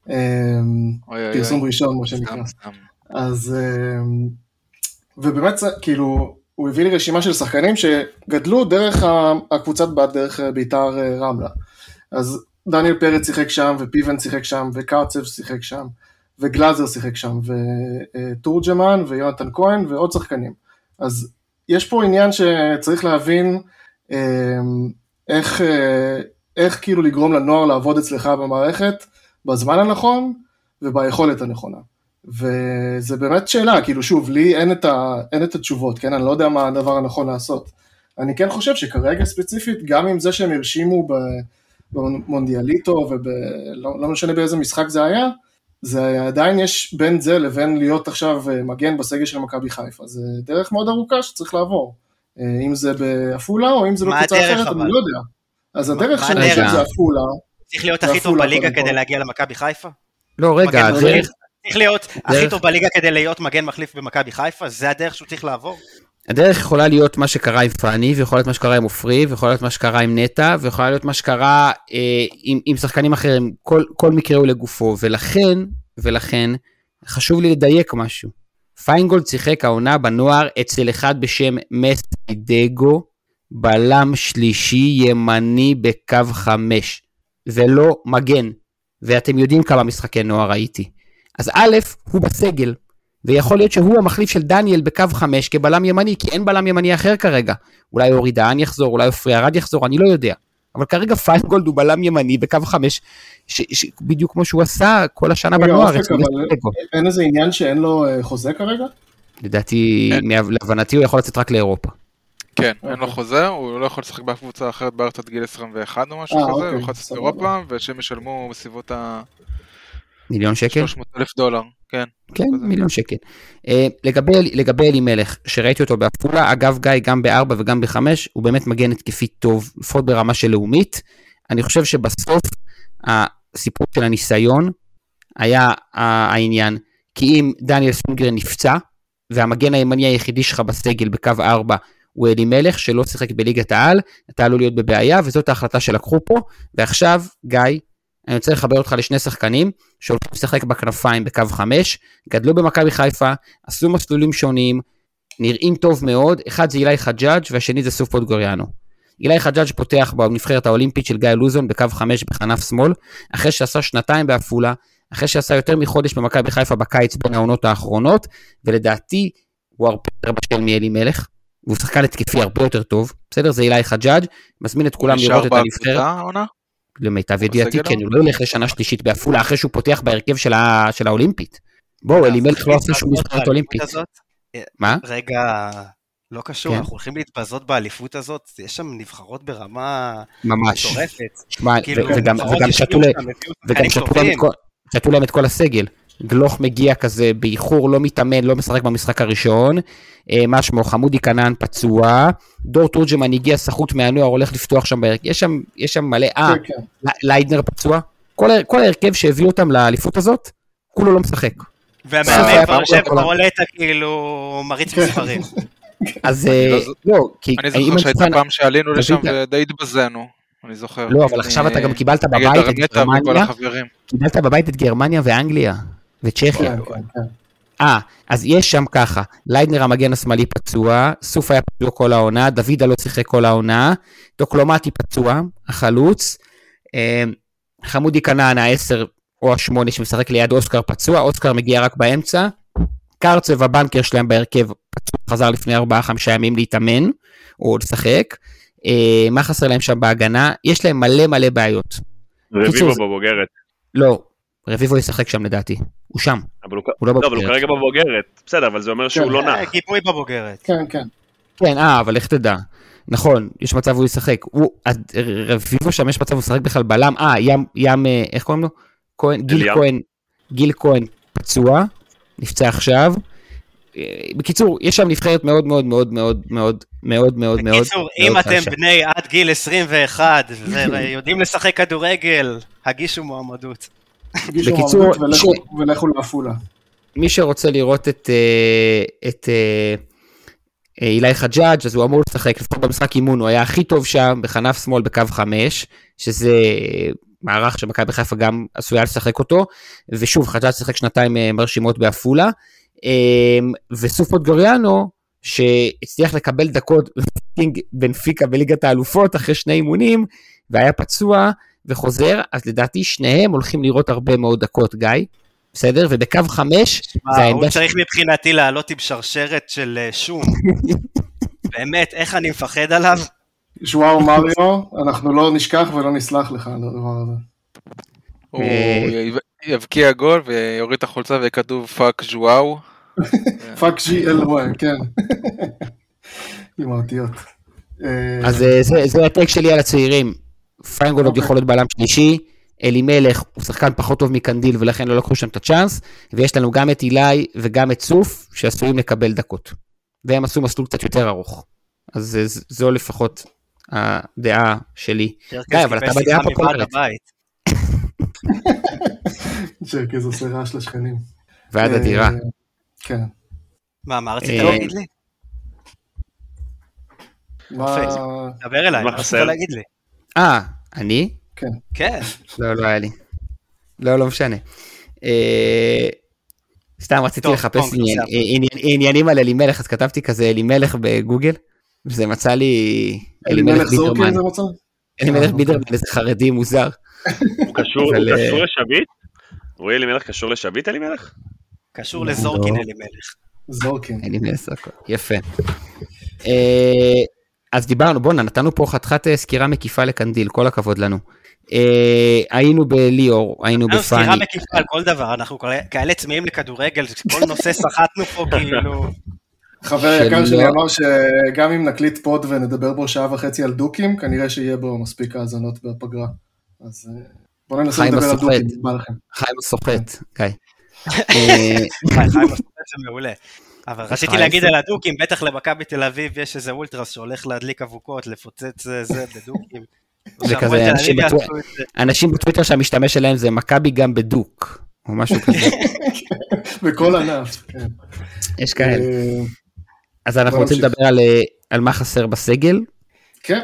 פרסום ראשון, מה שנקרא. אז, ובאמת, כאילו, הוא הביא לי רשימה של שחקנים שגדלו דרך הקבוצת בת, דרך ביתר רמלה. אז דניאל פרץ שיחק שם, ופיבן שיחק שם, וקרצב שיחק שם, וגלאזר שיחק שם, וטורג'מן, ויונתן כהן, ועוד שחקנים. אז יש פה עניין שצריך להבין איך, איך כאילו לגרום לנוער לעבוד אצלך במערכת, בזמן הנכון, וביכולת הנכונה. וזה באמת שאלה, כאילו שוב, לי אין את, ה, אין את התשובות, כן? אני לא יודע מה הדבר הנכון לעשות. אני כן חושב שכרגע ספציפית, גם עם זה שהם הרשימו במונדיאליטו, ולא לא משנה באיזה משחק זה היה, זה עדיין יש בין זה לבין להיות עכשיו מגן בסגל של מכבי חיפה. זה דרך מאוד ארוכה שצריך לעבור. אם זה באפולה או אם זה בקבוצה אחרת, אני לא יודע. אז הדרך שאני חושב זה אפולה. צריך להיות הכי טוב בליגה כדי להגיע למכבי חיפה? לא, רגע, הדרך... צריך להיות הכי טוב בליגה כדי להיות מגן מחליף במכבי חיפה? זה הדרך שהוא צריך לעבור? הדרך יכולה להיות מה שקרה עם פני, ויכולה להיות מה שקרה עם אופרי, ויכולה להיות מה שקרה עם נטע, ויכולה להיות מה שקרה אה, עם, עם שחקנים אחרים, כל, כל מקרה הוא לגופו, ולכן, ולכן, חשוב לי לדייק משהו. פיינגולד שיחק העונה בנוער אצל אחד בשם מסיידגו, בלם שלישי ימני בקו חמש, ולא מגן, ואתם יודעים כמה משחקי נוער הייתי. אז א', הוא בסגל, ויכול להיות שהוא המחליף של דניאל בקו חמש כבלם ימני, כי אין בלם ימני אחר כרגע. אולי אורי דהן יחזור, אולי אופרי ארד יחזור, אני לא יודע. אבל כרגע פיינגולד הוא בלם ימני בקו חמש, ש- ש- בדיוק כמו שהוא עשה כל השנה בנוער. אין איזה עניין שאין לו חוזה כרגע? לדעתי, להבנתי הוא יכול לצאת רק לאירופה. כן, אין לו חוזה, הוא לא יכול לשחק בקבוצה אחרת בארץ עד גיל עשרים ואחת או משהו כזה, הוא יכול לצאת לאירופה, ושהם ישלמו בסביבות ה... מיליון שקל? שלוש מאות אלף דולר, כן. כן, מיליון שקל. לגבי, לגבי אלי מלך, שראיתי אותו באפולה, אגב גיא, גם בארבע וגם בחמש, הוא באמת מגן התקפי טוב, לפחות ברמה של לאומית. אני חושב שבסוף, הסיפור של הניסיון, היה העניין, כי אם דניאל סונגרן נפצע, והמגן הימני היחידי שלך בסגל בקו ארבע, הוא אלי מלך, שלא שיחק בליגת העל, אתה עלול להיות בבעיה, וזאת ההחלטה שלקחו פה, ועכשיו, גיא, אני רוצה לחבר אותך לשני שחקנים, שהולכים לשחק בכנפיים בקו חמש, גדלו במכבי חיפה, עשו מסלולים שונים, נראים טוב מאוד, אחד זה אילי חג'אג' והשני זה סוף פוטגוריאנו. אילי חג'אג' פותח בנבחרת האולימפית של גיא לוזון בקו חמש בכנף שמאל, אחרי שעשה שנתיים באפולה, אחרי שעשה יותר מחודש במכבי חיפה בקיץ בין העונות האחרונות, ולדעתי הוא הרבה יותר בשל מאלי מלך, והוא שחקן התקפי הרבה יותר טוב, בסדר? זה אילי חג'אג', מזמין את כולם לראות את הנבחרת. למיטב ידיעתי, כן, הוא לא ילך לשנה שלישית באפולה, אחרי שהוא פותח בהרכב של האולימפית. בואו, אלי מלך לא עושה שום נבחרת אולימפית. מה? רגע, לא קשור, אנחנו הולכים להתבזות באליפות הזאת, יש שם נבחרות ברמה מטורפת. וגם שתו להם את כל הסגל. גלוך מגיע כזה באיחור, לא מתאמן, לא משחק במשחק הראשון, מה שמו, חמודי קנן פצוע, דור תורג'מן הגיע סחוט מהנוער, הולך לפתוח שם בהרכב, יש שם, יש שם מלא, אה, ליידנר פצוע, כל, כל ההרכב שהביא אותם לאליפות הזאת, כולו לא משחק. והמאמן כבר יושב ברולטה, כאילו, מריץ מספרים. אז, לא, כי... אני זוכר שהייתה פעם שעלינו לשם ודי התבזנו. אני זוכר. לא, אבל עכשיו אתה גם קיבלת בבית את גרמניה, קיבלת בבית את גרמניה ואנגליה, וצ'כיה. אה, אז יש שם ככה, ליידנר המגן השמאלי פצוע, סוף היה פצוע כל העונה, דוידה לא שיחק כל העונה, דוקלומטי פצוע, החלוץ, חמודי קנן העשר או השמונה שמשחק ליד אוסקר פצוע, אוסקר מגיע רק באמצע, קרצב הבנקר שלהם בהרכב פצוע, חזר לפני ארבעה חמישה ימים להתאמן, או לשחק, מה חסר להם שם בהגנה? יש להם מלא מלא בעיות. רביבו בבוגרת. לא, רביבו ישחק שם לדעתי, הוא שם. אבל הוא כרגע בבוגרת, בסדר, אבל זה אומר שהוא לא נח. גיבוי בבוגרת. כן, כן. כן, אה, אבל איך תדע. נכון, יש מצב הוא ישחק. רביבו שם יש מצב הוא ישחק בכלל בלם, אה, ים, איך קוראים לו? גיל כהן, גיל כהן פצוע, נפצע עכשיו. בקיצור, יש שם נבחרת מאוד מאוד מאוד מאוד מאוד מאוד מאוד מאוד. בקיצור, אם אתם בני עד גיל עשרים ואחת ויודעים לשחק כדורגל, הגישו מועמדות. הגישו מועמדות ולכו לעפולה. מי שרוצה לראות את את אילי חג'אג' אז הוא אמור לשחק, לפחות במשחק אימון, הוא היה הכי טוב שם, בכנף שמאל בקו חמש, שזה מערך שמכבי חיפה גם עשויה לשחק אותו, ושוב, חג'אג' שחק שנתיים מרשימות בעפולה, וסוף פוטגוריאנו, שהצליח לקבל דקות בנפיקה בליגת האלופות, אחרי שני אימונים, והיה פצוע וחוזר, אז לדעתי שניהם הולכים לראות הרבה מאוד דקות, גיא, בסדר? ובקו חמש, זה העמדה... הוא צריך מבחינתי לעלות עם שרשרת של שום. באמת, איך אני מפחד עליו? ז'ואאו מריו, אנחנו לא נשכח ולא נסלח לך על הדבר הזה. הוא יבקיע גול ויוריד את החולצה וכתוב פאק ז'ואאו. פאק ג'י אל וואי, כן. עם האותיות. אז זה הטק שלי על הצעירים. פיינגול עוד יכול להיות בעלם שלישי, אלימלך הוא שחקן פחות טוב מקנדיל ולכן לא לקחו שם את הצ'אנס, ויש לנו גם את אילי וגם את סוף שעשויים לקבל דקות. והם עשו מסלול קצת יותר ארוך. אז זו לפחות הדעה שלי. גיא, אבל אתה בדעה פופולרית. שרקז עושה רעש לשכנים. ועד הדירה. כן. מה, מה רצית להגיד לי? דבר אליי, מה חסר להגיד לי? אה, אני? כן. כן. לא, לא היה לי. לא, לא משנה. סתם רציתי לחפש עניינים על אלימלך, אז כתבתי כזה אלימלך בגוגל, וזה מצא לי אלימלך זורקין זה מצא? אלימלך בידרמן, איזה חרדי מוזר. הוא קשור לשביט? רואי אלימלך קשור לשביט אלימלך? קשור לזורקין אלימלך. זורקין. אלימלך זורקין, יפה. אז דיברנו, בואו נתנו פה חתיכת סקירה מקיפה לקנדיל, כל הכבוד לנו. היינו בליאור, היינו בפני. סקירה מקיפה על כל דבר, אנחנו כאלה צמאים לכדורגל, כל נושא שחטנו פה כאילו. חבר יקר שלי אמר שגם אם נקליט פוד ונדבר בו שעה וחצי על דוקים, כנראה שיהיה בו מספיק האזנות בפגרה. אז בואו ננסה לדבר על דוקים, בא לכם. חיים הסוחט, גיא. חיים הסוחט זה מעולה. אבל רציתי להגיד על הדוקים, בטח למכבי בתל אביב יש איזה אולטרס שהולך להדליק אבוקות, לפוצץ זה בדוקים. זה כזה, אנשים בטוויטר שהמשתמש שלהם זה מכבי גם בדוק, או משהו כזה. בכל ענף, כן. יש כאלה. אז אנחנו רוצים לדבר על מה חסר בסגל. כן,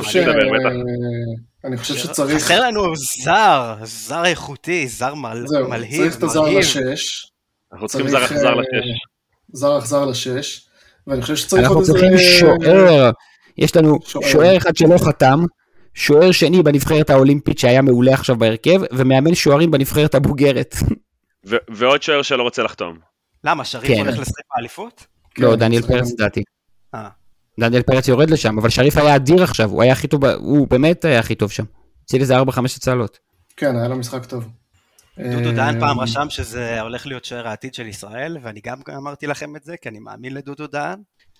אני חושב שצריך... חסר לנו זר, זר איכותי, זר מלהיב. צריך את הזר לשש. אנחנו צריכים זר אכזר לשש. זר אכזר לשש, ואני חושב שצריך אנחנו עוד איזה... צריכים שוער, יש לנו שוער אחד שלא חתם, שוער שני בנבחרת האולימפית שהיה מעולה עכשיו בהרכב, ומאמן שוערים בנבחרת הבוגרת. ועוד שוער שלא רוצה לחתום. למה, שריף הולך לשחק באליפות? לא, דניאל פרץ דעתי. דניאל פרץ יורד לשם, אבל שריף היה אדיר עכשיו, הוא היה הכי טוב, הוא באמת היה הכי טוב שם. ציל איזה ארבע חמש הצלות. כן, היה לו משחק טוב. דודו דהן פעם רשם שזה הולך להיות שוער העתיד של ישראל, ואני גם אמרתי לכם את זה, כי אני מאמין לדודו דהן.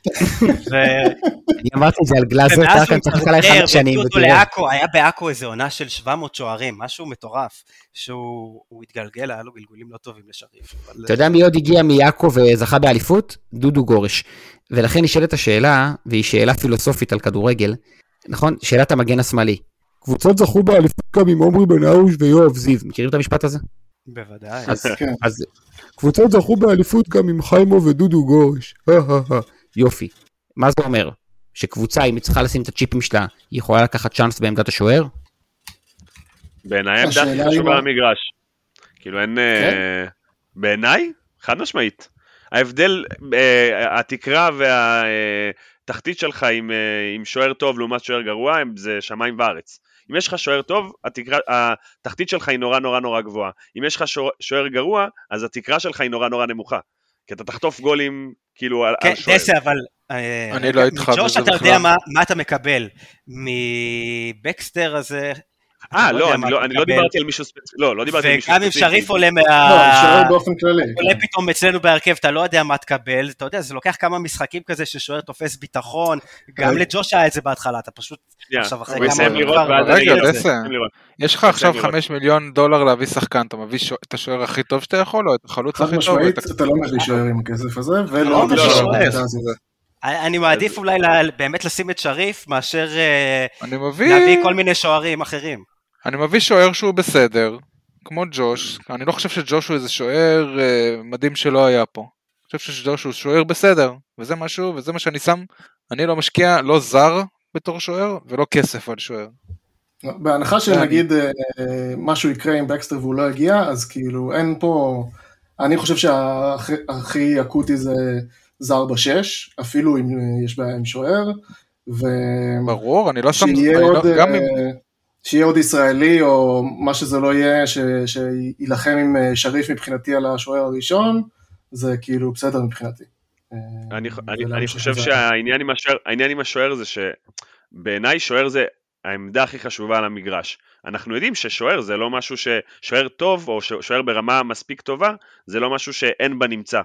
אני אמרתי את זה על גלאזר, אתה כאן צריך עליי חמש שנים. היה באקו איזה עונה של שבע מאות שוערים, משהו מטורף, שהוא התגלגל, היה לו גלגולים לא טובים לשריף. אתה יודע מי עוד הגיע מיאקו וזכה באליפות? דודו גורש. ולכן נשאלת השאלה, והיא שאלה פילוסופית על כדורגל, נכון? שאלת המגן השמאלי. קבוצות זכו באליפות גם עם עומרי בן ארוש ויואב זיו. מכירים את המשפט הזה? בוודאי. אז קבוצות זכו באליפות גם עם חיימו ודודו גורש. יופי. מה זה אומר? שקבוצה, אם היא צריכה לשים את הצ'יפים שלה, היא יכולה לקחת צ'אנס בעמדת השוער? בעיניי עמדה הכי חשובה למגרש. כאילו אין... בעיניי? חד משמעית. ההבדל, התקרה והתחתית שלך עם שוער טוב לעומת שוער גרוע, זה שמיים וארץ. אם יש לך שוער טוב, התחתית שלך היא נורא נורא נורא גבוהה. אם יש לך שוער גרוע, אז התקרה שלך היא נורא נורא נמוכה. כי אתה תחטוף גולים כאילו על שוער. כן, דסה, אבל... אני לא איתך בזה בכלל. ג'וש, אתה יודע מה אתה מקבל מבקסטר הזה... אה, לא, אני לא דיברתי על מישהו ספציפי. לא, לא דיברתי על מישהו ספציפי. וגם אם שריף עולה מה... לא, שוער באופן כללי. עולה פתאום אצלנו בהרכב, אתה לא יודע מה תקבל, אתה יודע, זה לוקח כמה משחקים כזה ששוער תופס ביטחון, גם לג'וש היה את זה בהתחלה, אתה פשוט... עכשיו אחרי כמה... רגע, דסה, יש לך עכשיו חמישה מיליון דולר להביא שחקן, אתה מביא את השוער הכי טוב שאתה יכול, או את החלוץ הכי טוב? חד משמעית, אתה לא מביא שוער עם הכסף הזה, ולא מביא שוער. אני מעדיף אולי באמת לשים את שריף, מאשר מביא... להביא כל מיני שוערים אחרים. אני מביא שוער שהוא בסדר, כמו ג'וש, אני לא חושב שג'וש הוא איזה שוער מדהים שלא היה פה. אני חושב שג'וש הוא שוער בסדר, וזה משהו, וזה מה שאני שם, אני לא משקיע, לא זר בתור שוער, ולא כסף על שוער. בהנחה שנגיד משהו יקרה עם בקסטר והוא לא יגיע, אז כאילו אין פה, אני חושב שהכי אקוטי זה זר בשש, אפילו אם יש בעיה עם שוער, ברור, אני לא שם, שיהיה עוד ישראלי או מה שזה לא יהיה, שילחם עם שריף מבחינתי על השוער הראשון, זה כאילו בסדר מבחינתי. אני חושב שהעניין עם השוער זה שבעיניי שוער זה העמדה הכי חשובה על המגרש. אנחנו יודעים ששוער זה לא משהו ששוער טוב, או שוער ברמה מספיק טובה, זה לא משהו שאין בנמצא.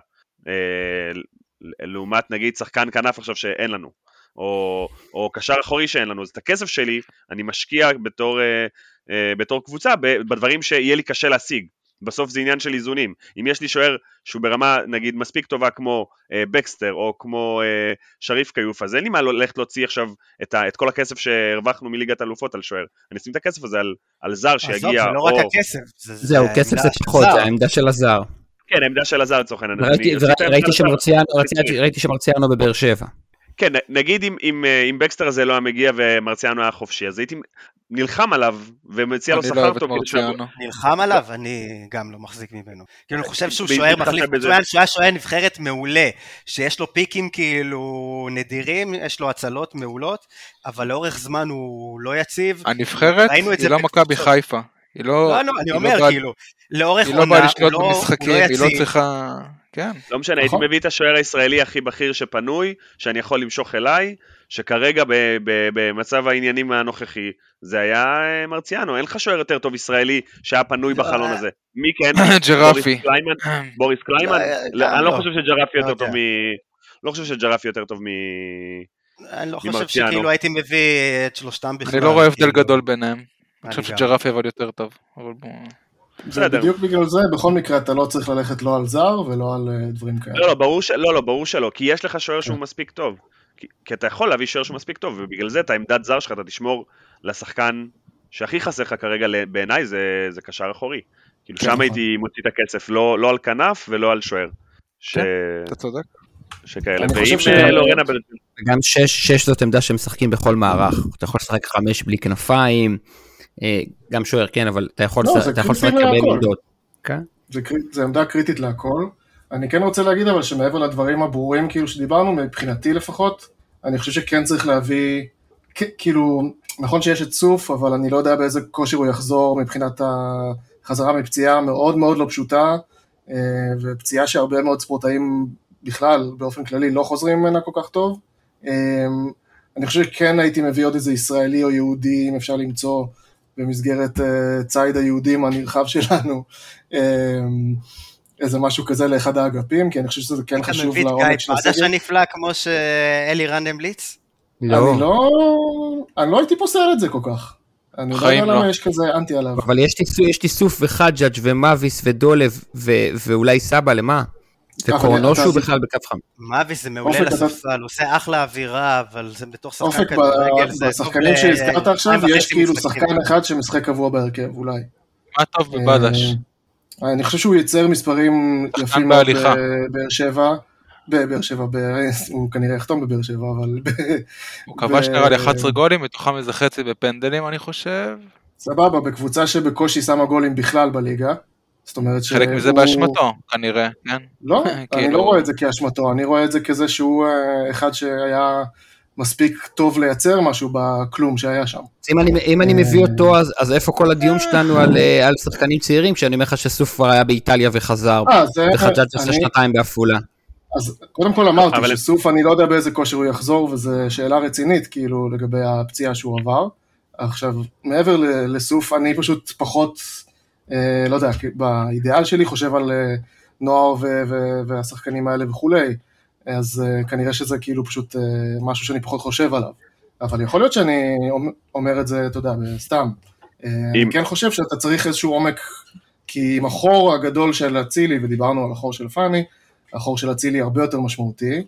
לעומת נגיד שחקן כנף עכשיו שאין לנו, או, או קשר אחורי שאין לנו. אז את הכסף שלי אני משקיע בתור, בתור קבוצה בדברים שיהיה לי קשה להשיג. בסוף זה עניין של איזונים. אם יש לי שוער שהוא ברמה נגיד מספיק טובה כמו אה, בקסטר או כמו אה, שריף קיוף, אז אין לי מה ללכת להוציא עכשיו את, ה, את כל הכסף שהרווחנו מליגת אלופות על שוער. אני אשים את הכסף הזה על, על זר שיגיע. עזוב, זה לא או... רק הכסף. זה, זה זהו, כסף זה פחות, זה העמדה של הזר. כן, העמדה של הזר לצורך העניין. ראיתי שמרציאנו בבאר שבע. כן, נגיד אם, אם, אם בקסטר הזה לא היה מגיע ומרציאנו היה חופשי, אז הייתי נלחם עליו ומציע לו שכר טוב. נלחם עליו? אני גם לא מחזיק ממנו. כאילו אני חושב שהוא שוער מחליף, שהוא היה שוער נבחרת מעולה, שיש לו פיקים כאילו נדירים, יש לו הצלות מעולות, אבל לאורך זמן הוא לא יציב. הנבחרת היא לא מכבי חיפה. היא לא... לא, אני אומר כאילו, לאורך עונה, היא לא באה לשלוט במשחקים, היא לא צריכה... כן. לא משנה, הייתי מביא את השוער הישראלי הכי בכיר שפנוי, שאני יכול למשוך אליי, שכרגע במצב העניינים הנוכחי, זה היה מרציאנו, אין לך שוער יותר טוב ישראלי שהיה פנוי בחלון הזה. מי כן? ג'רפי. בוריס קליימן? אני לא חושב שג'רפי יותר טוב מ... לא חושב שג'רפי יותר טוב מ... אני לא חושב שכאילו הייתי מביא את שלושתם בכלל. אני לא רואה הבדל גדול ביניהם. אני חושב שג'רפי אבל יותר טוב. זה בדיוק בגלל זה, בכל מקרה אתה לא צריך ללכת לא על זר ולא על דברים כאלה. לא, לא, ברור, לא, לא, ברור שלא, כי יש לך שוער שהוא מספיק טוב. כי, כי אתה יכול להביא שוער שהוא מספיק טוב, ובגלל זה את העמדת זר שלך, אתה תשמור לשחקן שהכי חסר לך כרגע בעיניי, זה, זה קשר אחורי. כאילו שם הייתי מוציא את הכסף, לא, לא על כנף ולא על שוער. כן, אתה צודק. שכאלה, ואם לורנה... גם שש, שש זאת עמדה שמשחקים בכל מערך. אתה יכול לשחק חמש בלי כנפיים, גם שוער, כן, אבל אתה יכול לשחק הרבה עמדות. זה עמדה קריטית להכל. אני כן רוצה להגיד אבל שמעבר לדברים הברורים כאילו שדיברנו, מבחינתי לפחות, אני חושב שכן צריך להביא, כאילו, נכון שיש את סוף, אבל אני לא יודע באיזה כושר הוא יחזור מבחינת החזרה מפציעה מאוד מאוד לא פשוטה, ופציעה שהרבה מאוד ספורטאים בכלל, באופן כללי, לא חוזרים ממנה כל כך טוב. אני חושב שכן הייתי מביא עוד איזה ישראלי או יהודי, אם אפשר למצוא במסגרת צייד היהודים הנרחב שלנו, איזה משהו כזה לאחד האגפים, כי אני חושב שזה כן חשוב לעומק של הסגל. אתה מביא נפלא כמו שאלי רן המליץ? לא. אני לא הייתי פוסל את זה כל כך. אני לא יודע למה יש כזה אנטי עליו. אבל יש תיסוף וחג'אג' ומאביס ודולב ואולי סבא, למה? וקורנושו בכלל בכף חם. מאביס זה מעולה לספסל, הוא עושה אחלה אווירה, אבל זה בתוך שחקן כדורגל. בשחקנים שהזכרת עכשיו, יש כאילו שחקן אחד שמשחק קבוע בהרכב, אולי. מה טוב בבדש? אני חושב שהוא ייצר מספרים יפים בבאר שבע, בבאר שבע, הוא כנראה יחתום בבאר שבע, אבל... הוא כבש נראה לי אחת עשרה גולים, מתוכם איזה חצי בפנדלים, אני חושב. סבבה, בקבוצה שבקושי שמה גולים בכלל בליגה. זאת אומרת חלק מזה באשמתו, כנראה, כן? לא, אני לא רואה את זה כאשמתו, אני רואה את זה כזה שהוא אחד שהיה מספיק טוב לייצר משהו בכלום שהיה שם. אם אני מביא אותו, אז איפה כל הדיון שלנו על שחקנים צעירים, כשאני אומר לך שסוף כבר היה באיטליה וחזר, וחג'אג' עשה שנתיים באפולה. אז קודם כל אמרתי שסוף אני לא יודע באיזה כושר הוא יחזור, וזו שאלה רצינית, כאילו, לגבי הפציעה שהוא עבר. עכשיו, מעבר לסוף, אני פשוט פחות... לא יודע, באידיאל שלי חושב על נוער והשחקנים האלה וכולי, אז כנראה שזה כאילו פשוט משהו שאני פחות חושב עליו, אבל יכול להיות שאני אומר את זה, אתה יודע, סתם. אני כן חושב שאתה צריך איזשהו עומק, כי עם החור הגדול של הצילי, ודיברנו על החור של פני, החור של הצילי הרבה יותר משמעותי,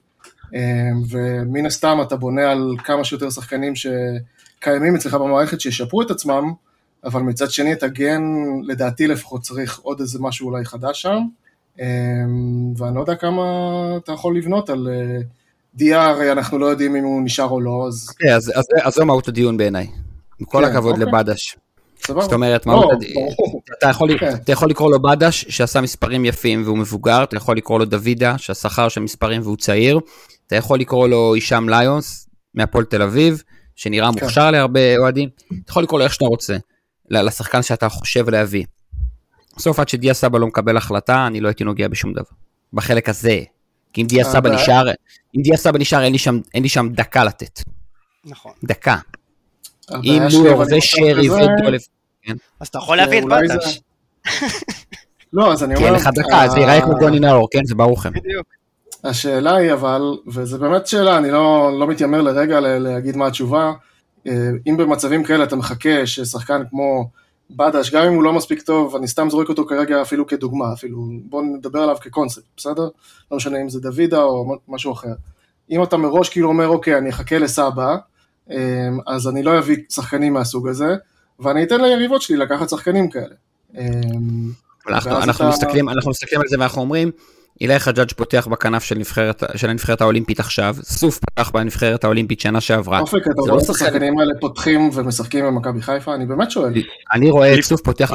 ומן הסתם אתה בונה על כמה שיותר שחקנים שקיימים אצלך במערכת שישפרו את עצמם, אבל מצד שני את הגן, לדעתי לפחות צריך עוד איזה משהו אולי חדש שם, ואני לא יודע כמה אתה יכול לבנות על די אר, אנחנו לא יודעים אם הוא נשאר או לא, אז... אוקיי, אז זו מהות הדיון בעיניי, עם כל הכבוד לבדש. זאת אומרת, אתה יכול לקרוא לו בדש שעשה מספרים יפים והוא מבוגר, אתה יכול לקרוא לו דוידה שהשכר של מספרים והוא צעיר, אתה יכול לקרוא לו אישם ליונס מהפועל תל אביב, שנראה מוכשר להרבה אוהדים, אתה יכול לקרוא לו איך שאתה רוצה, לשחקן שאתה חושב להביא. בסוף עד שדיה סבא לא מקבל החלטה, אני לא הייתי נוגע בשום דבר. בחלק הזה, כי אם דיה סבא נשאר, אם דיה סבא נשאר, אין לי שם דקה לתת. נכון. דקה. אם לואו ושרי ודולף. אז אתה יכול להביא את בדש. לא, אז אני אומר... כן, לך דקה, זה ייראה כמו גוני נאור, כן, זה ברוכם. בדיוק. השאלה היא אבל, וזו באמת שאלה, אני לא מתיימר לרגע להגיד מה התשובה, אם במצבים כאלה אתה מחכה ששחקן כמו בדש, גם אם הוא לא מספיק טוב, אני סתם זורק אותו כרגע אפילו כדוגמה, אפילו בוא נדבר עליו כקונספט, בסדר? לא משנה אם זה דוידה או משהו אחר. אם אתה מראש כאילו אומר, אוקיי, אני אחכה לסבא, אז אני לא אביא שחקנים מהסוג הזה, ואני אתן ליריבות שלי לקחת שחקנים כאלה. אנחנו מסתכלים על זה ואנחנו אומרים, אילי חג'אג' פותח בכנף של הנבחרת האולימפית עכשיו, סוף פתח בנבחרת האולימפית שנה שעברה. אופק, אתה רואה את השחקנים האלה פותחים ומשחקים במכבי חיפה? אני באמת שואל. אני רואה את סוף פותח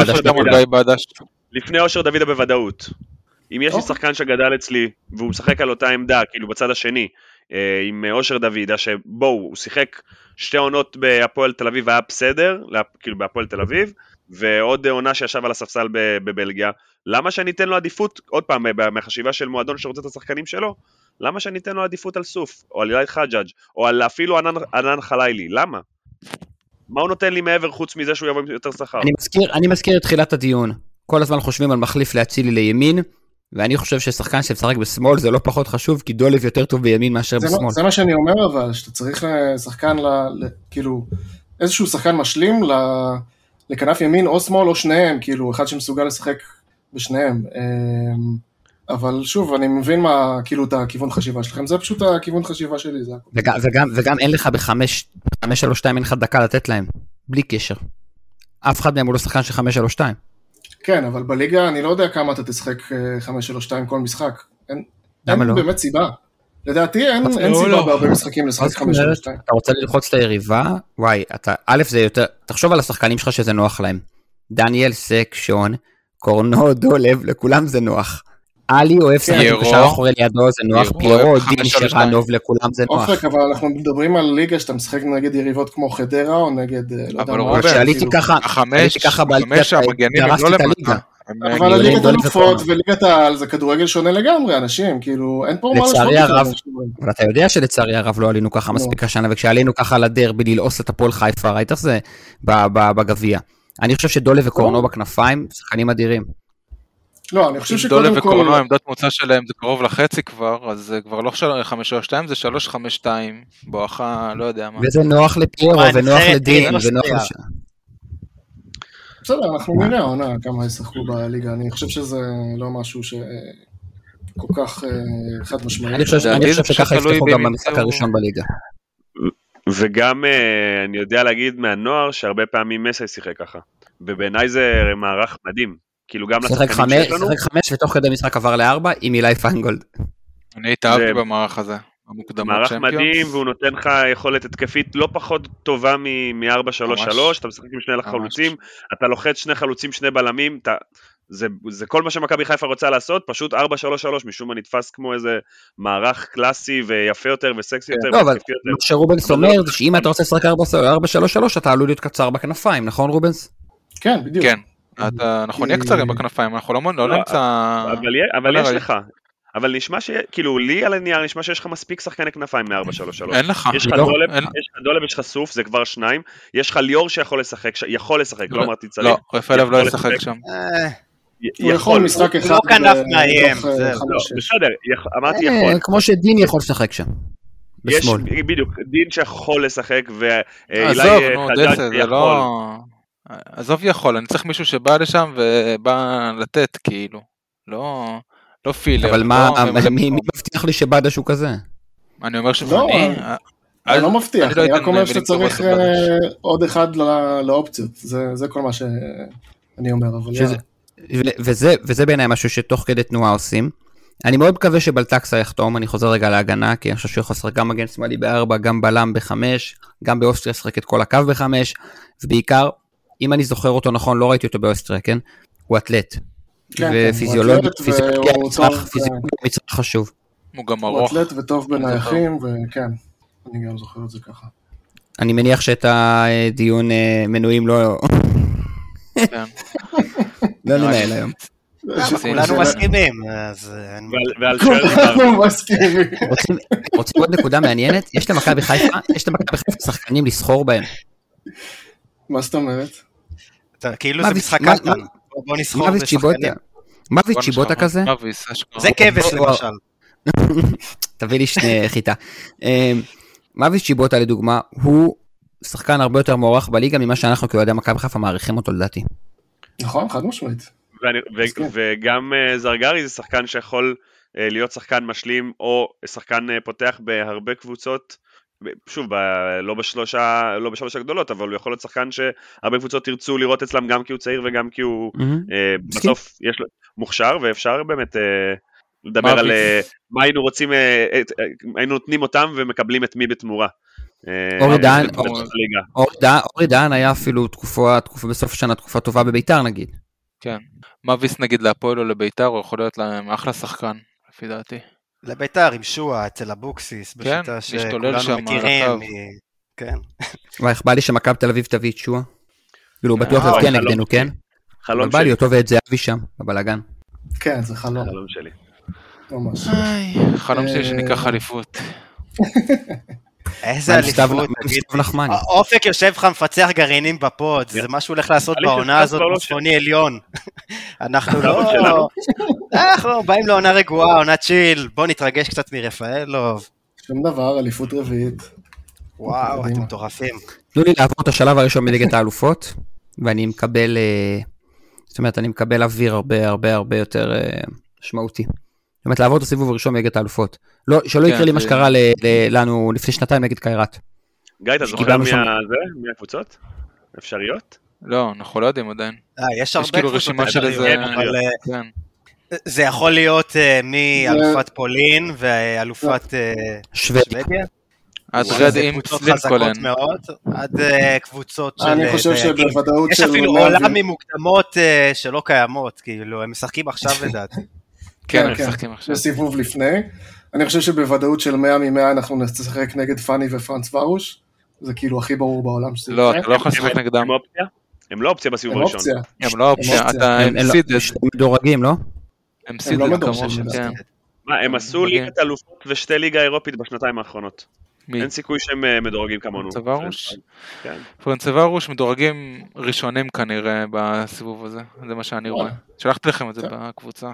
לפני אושר דוידה בוודאות. אם יש לי שחקן שגדל אצלי, והוא משחק על אותה עמדה, כאילו בצד השני, עם אושר דוידה, שבואו, הוא שיחק שתי עונות בהפועל תל אביב, והיה בסדר, כאילו בהפועל תל אביב, ועוד עונה שישב על הספסל בבלגיה, למה שאני אתן לו עדיפות, עוד פעם, מהחשיבה של מועדון שרוצה את השחקנים שלו, למה שאני אתן לו עדיפות על סוף, או על אילי חג'אג', או על אפילו ענן חלילי, למה? מה הוא נותן לי מעבר חוץ מזה שהוא יבוא עם יותר שכר? אני מזכיר, אני מזכיר את תחילת הדיון, כל הזמן חושבים על מחליף להצילי לימין, ואני חושב ששחקן שמשחק בשמאל זה לא פחות חשוב, כי דולב יותר טוב בימין מאשר זה בשמאל. מה, זה מה שאני אומר אבל, שאתה צריך שחקן, ל, ל, כאילו, איזשהו שחקן משלים ל, לכנף ימין או שמאל או שניהם, כאילו, אחד שמסוגל לשחק בשניהם. אבל שוב, אני מבין מה, כאילו, את הכיוון חשיבה שלכם, זה פשוט הכיוון חשיבה שלי, זה הכל. וגם, וגם, וגם אין לך בחמש, חמש שלוש שתיים, אין לך דקה לתת להם, בלי קשר. אף אחד מהם הוא לא שחקן של חמש שלוש שתיים. כן, אבל בליגה אני לא יודע כמה אתה תשחק חמש שלוש שתיים כל משחק. אין, אין לא? באמת סיבה. לדעתי אין, אין סיבה לא. בהרבה משחקים לשחק חמש שלוש שתיים. אתה רוצה ללחוץ את היריבה? וואי, אתה, א' זה יותר, תחשוב על השחקנים שלך שזה נוח להם. דניאל, סק, שון, קורנו, דולב, לכולם זה נוח. אלי אוהב שחק בשער אחורי לידו, זה נוח. פיירו, דין שרנוב, לכולם זה נוח. אופק, אבל אנחנו מדברים על ליגה שאתה משחק נגד יריבות כמו חדרה, או נגד, לא יודע מה. שעליתי ככה, החמש, החמש המגנים הם לא למטה. אבל הליגת אלופות וליגת העל זה כדורגל שונה לגמרי, אנשים, כאילו, אין פה מה לשפוט. אבל אתה יודע שלצערי הרב לא עלינו ככה מספיק השנה, וכשעלינו ככה לדרבי ללעוס את הפועל חיפה, ראית איך זה בגביע. אני חושב שדולה וקורנו בכנפיים, שחקנים אדירים. לא, אני חושב שקודם כל... דולה וקורנו, העמדת מוצא שלהם זה קרוב לחצי כבר, אז זה כבר לא חמש שלוש שתיים, זה שלוש חמש שתיים, בואכה, לא יודע מה. וזה נוח לפיירו, ונוח לדין, ונוח לש... בסדר, אנחנו נראה העונה כמה ישחקו בליגה, אני חושב שזה לא משהו שכל כך חד משמעי. אני חושב שככה יפתחו גם במשחק הראשון בליגה. וגם אני יודע להגיד מהנוער שהרבה פעמים מסי שיחק ככה, ובעיניי זה מערך מדהים, כאילו גם לשחקנים שלנו. שיחק חמש ותוך כדי משחק עבר לארבע עם אילי פיינגולד. אני התאהבתי במערך הזה. מערך מדהים, והוא נותן לך יכולת התקפית לא פחות טובה מ-ארבע שלוש שלוש, אתה משחק עם שני חלוצים, אתה לוחץ שני חלוצים, שני בלמים, זה כל מה שמכבי חיפה רוצה לעשות, פשוט ארבע שלוש שלוש, משום מה נתפס כמו איזה מערך קלאסי ויפה יותר וסקסי יותר. לא, אבל מה שרובנס אומר, זה שאם אתה רוצה לשחק ארבע שלוש שלוש, אתה עלול להיות קצר בכנפיים, נכון רובנס? כן, בדיוק. כן, אנחנו נהיה קצרים בכנפיים, אנחנו לא נמצא... אבל יש לך... אבל נשמע ש... כאילו, לי על הנייר נשמע שיש לך מספיק שחקני כנפיים מ-ארבע שלוש שלוש. אין לך. יש לך דולב, יש לך סוף, זה כבר שניים. יש לך ליאור שיכול לשחק, יכול לשחק, לא אמרתי צריך. לא, רפאלוב לא ישחק שם. הוא יכול משחק אחד. לא כנף מאיים. בסדר, אמרתי יכול. כמו שדין יכול לשחק שם. יש, בדיוק, דין שיכול לשחק, עזוב, נו, דסה, זה לא... עזוב יכול, אני צריך מישהו שבא לשם ובא לתת, כאילו. לא... לא פילר. אבל מה, מי מבטיח לי שבדש הוא כזה? אני אומר שפני... אני לא מבטיח, אני רק אומר שאתה צריך עוד אחד לאופציות, זה כל מה שאני אומר, אבל... וזה בעיניי משהו שתוך כדי תנועה עושים. אני מאוד מקווה שבלטקסה יחתום, אני חוזר רגע להגנה, כי אני חושב שהוא יכול לשחק גם מגן שמאלי בארבע, גם בלם בחמש, גם באוסטריה שחק את כל הקו בחמש, ובעיקר, אם אני זוכר אותו נכון, לא ראיתי אותו באוסטריה, כן? הוא אתלט. ופיזיולוגיה, פיזיולוגיה מצרך חשוב. הוא גם הוא ארוך. אתלט וטוב בנייחים, וכן, אני גם זוכר את זה ככה. אני מניח שאת הדיון מנויים לא... לא ננהל היום. כולנו מסכימים, אז... כולנו מסכימים. רוצים עוד נקודה מעניינת? יש למכבי חיפה, יש למכבי חיפה שחקנים לסחור בהם. מה זאת אומרת? כאילו זה משחק קטן. בוא נסחור בשחקנים. מוות שיבוטה כזה? זה כבש למשל. תביא לי שני חיטה. מוות שיבוטה לדוגמה, הוא שחקן הרבה יותר מוערך בליגה ממה שאנחנו כאוהדי מכבי חיפה מעריכים אותו לדעתי. נכון, חד משמעית. וגם זרגרי זה שחקן שיכול להיות שחקן משלים או שחקן פותח בהרבה קבוצות, שוב, לא בשלושה, לא בשלוש הגדולות, אבל הוא יכול להיות שחקן שהרבה קבוצות ירצו לראות אצלם גם כי הוא צעיר וגם כי הוא בסוף יש לו מוכשר, ואפשר באמת לדבר על מה היינו רוצים, היינו נותנים אותם ומקבלים את מי בתמורה. אורי דהן היה אפילו תקופה, תקופה בסוף השנה, תקופה טובה בביתר נגיד. כן, מביס נגיד להפועל או לביתר, הוא יכול להיות להם אחלה שחקן, לפי דעתי. לביתר עם שואה, אצל אבוקסיס, בשיטה שכולנו מכירים. כן. ואיך בא לי שמכבי תל אביב תביא את שואה? כאילו הוא בטוח להבקיע נגדנו, כן? אבל בא לי אותו ואת זהבי שם, בבלגן. כן, זה חלום. חלום שלי. ממש. חלום שלי שניקח אליפות. איזה אליפות, אופק יושב לך מפצח גרעינים בפוד, זה מה שהוא הולך לעשות בעונה הזאת בצפוני עליון. אנחנו לא, אנחנו באים לעונה רגועה, עונה צ'יל, בוא נתרגש קצת מרפאלוב. שום דבר, אליפות רביעית. וואו, אתם מטורפים. תנו לי לעבור את השלב הראשון מליגת האלופות, ואני מקבל, זאת אומרת, אני מקבל אוויר הרבה הרבה הרבה יותר משמעותי. זאת אומרת, לעבור את הסיבוב הראשון מליגת האלופות. לא, שלא יקרה לי מה שקרה לנו לפני שנתיים נגד קיירת. גיא, אתה זוכר מהקבוצות? אפשריות? לא, אנחנו לא יודעים עדיין. יש הרבה כאילו רשימה של איזה... זה יכול להיות מאלופת פולין ואלופת שוודיה. עד רד עם סלינקולן. עד קבוצות של... אני חושב שבוודאות של... יש אפילו עולם ממוקדמות שלא קיימות, כאילו, הם משחקים עכשיו לדעתי. כן, הם משחקים עכשיו. בסיבוב לפני. אני חושב שבוודאות של מאה ממאה אנחנו נשחק נגד פאני ופרנץ ורוש. זה כאילו הכי ברור בעולם שזה לא, אתה לא יכול לשחק נגדם. הם לא אופציה בסיבוב הראשון. הם לא אופציה, אתה אמסידד. הם מדורגים, לא? הם לא מדורגים. מה, הם עשו ליגת אלופות ושתי ליגה אירופית בשנתיים האחרונות. אין סיכוי שהם מדורגים כמונו. פרנצוורוש? פרנצוורוש מדורגים ראשונים כנראה בסיבוב הזה. זה מה שאני רואה. שלחתי לכם את זה בקבוצה.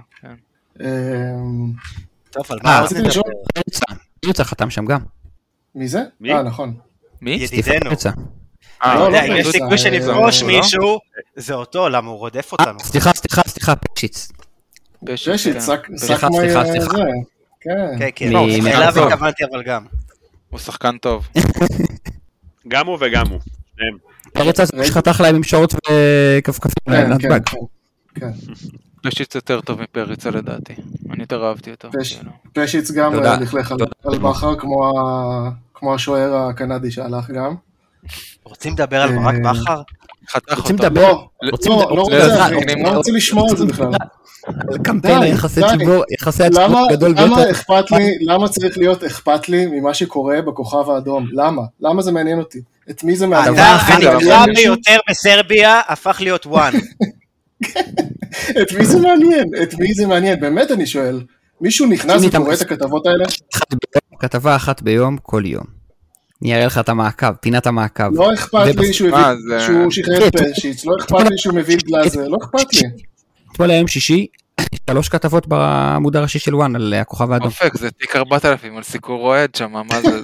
טוב, על מה רציתי לשאול? פרצה חתם שם גם. מי זה? אה, נכון. מי? ידידנו. יש סיכוי שנפגוש מישהו, זה אותו, למה הוא רודף אותנו. סליחה, סליחה, סליחה, פשיץ. פשיץ, סליחה, סליחה. כן, כן, אליו התכוונתי אבל גם. הוא שחקן טוב. גם הוא וגם הוא. פרצה שחתך להם עם שורט וכפכפים לנתב"ג. כן. פשיץ יותר טוב מפריצה לדעתי, אני יותר אהבתי אותו. פשיץ גם לכלך על בכר, כמו השוער הקנדי שהלך גם. רוצים לדבר על ברק בכר? רוצים לדבר? לא רוצה לשמוע על זה בכלל. קמפיין היחסי ציבור, יחסי הציבור גדול ביותר. למה אכפת לי, למה צריך להיות אכפת לי ממה שקורה בכוכב האדום? למה? למה זה מעניין אותי? את מי זה מעניין? הנקרא ביותר בסרביה הפך להיות וואן. את מי זה מעניין? את מי זה מעניין? באמת אני שואל. מישהו נכנס וקורא את הכתבות האלה? כתבה אחת ביום, כל יום. אני אראה לך את המעקב, פינת המעקב. לא אכפת לי שהוא שחרר את פשיץ, לא אכפת לי שהוא מביא גלאזר, לא אכפת לי. אתמול היום שישי, שלוש כתבות בעמוד הראשי של וואן על הכוכב האדום. אופק, זה תיק ארבעת אלפים על סיקור רועד שם, מה זה?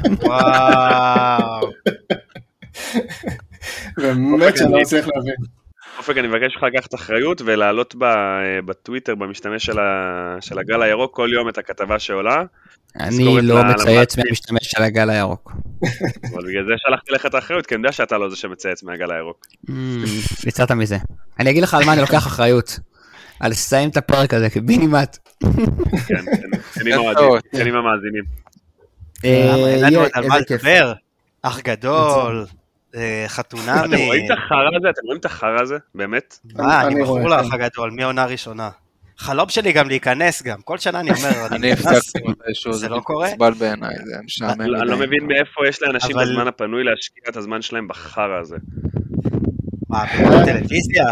וואו. באמת שאני לא מצליח להבין. אופק, אני מבקש לך לקחת אחריות ולהעלות בטוויטר, במשתמש של הגל הירוק, כל יום את הכתבה שעולה, אני לא מצייץ מהמשתמש של הגל הירוק. אבל בגלל זה שלחתי לך את האחריות, כי אני יודע שאתה לא זה שמצייץ מהגל הירוק. יצאת מזה. אני אגיד לך על מה אני לוקח אחריות. על לסיים את הפרק הזה, כבינימט. כן, כן עם המאזינים. אין לנו על מה לדבר. אח גדול, חתונמי. אתם רואים את החרא הזה? אתם רואים את החרא הזה? באמת? מה, אני בחור לאח הגדול, מעונה ראשונה. חלום שלי גם להיכנס גם, כל שנה אני אומר, אני הפסקתי מתישהו, זה לא קורה? סבל בעיניי, זה משעמם. אני לא מבין מאיפה יש לאנשים בזמן הפנוי להשקיע את הזמן שלהם בחרא הזה. מה, בטלוויזיה?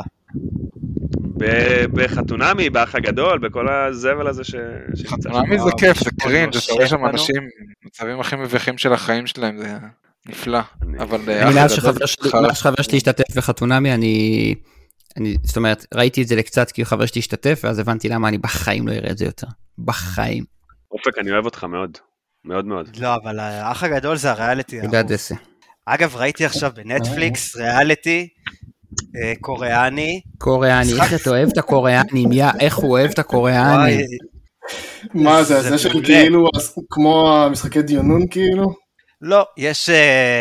בחתונמי, באח הגדול, בכל הזבל הזה ש... חתונמי זה כיף, זה קרינג', אתה רואה שם אנשים, מצבים הכי מביכים של החיים שלהם, זה נפלא. אני מאז שחבר שלי השתתף בחתונמי, אני... אני, זאת אומרת, ראיתי את זה לקצת כי חבר שלי השתתף, ואז הבנתי למה אני בחיים לא אראה את זה יותר. בחיים. אופק, אני אוהב אותך מאוד. מאוד מאוד. לא, אבל האח הגדול זה הריאליטי. תודה דסה. אגב, ראיתי עכשיו בנטפליקס, ריאליטי, קוריאני. קוריאני, איך אתה אוהב את הקוריאני? איך הוא אוהב את הקוריאני? מה זה, זה של כאילו, כמו המשחקי דיונון כאילו? לא, יש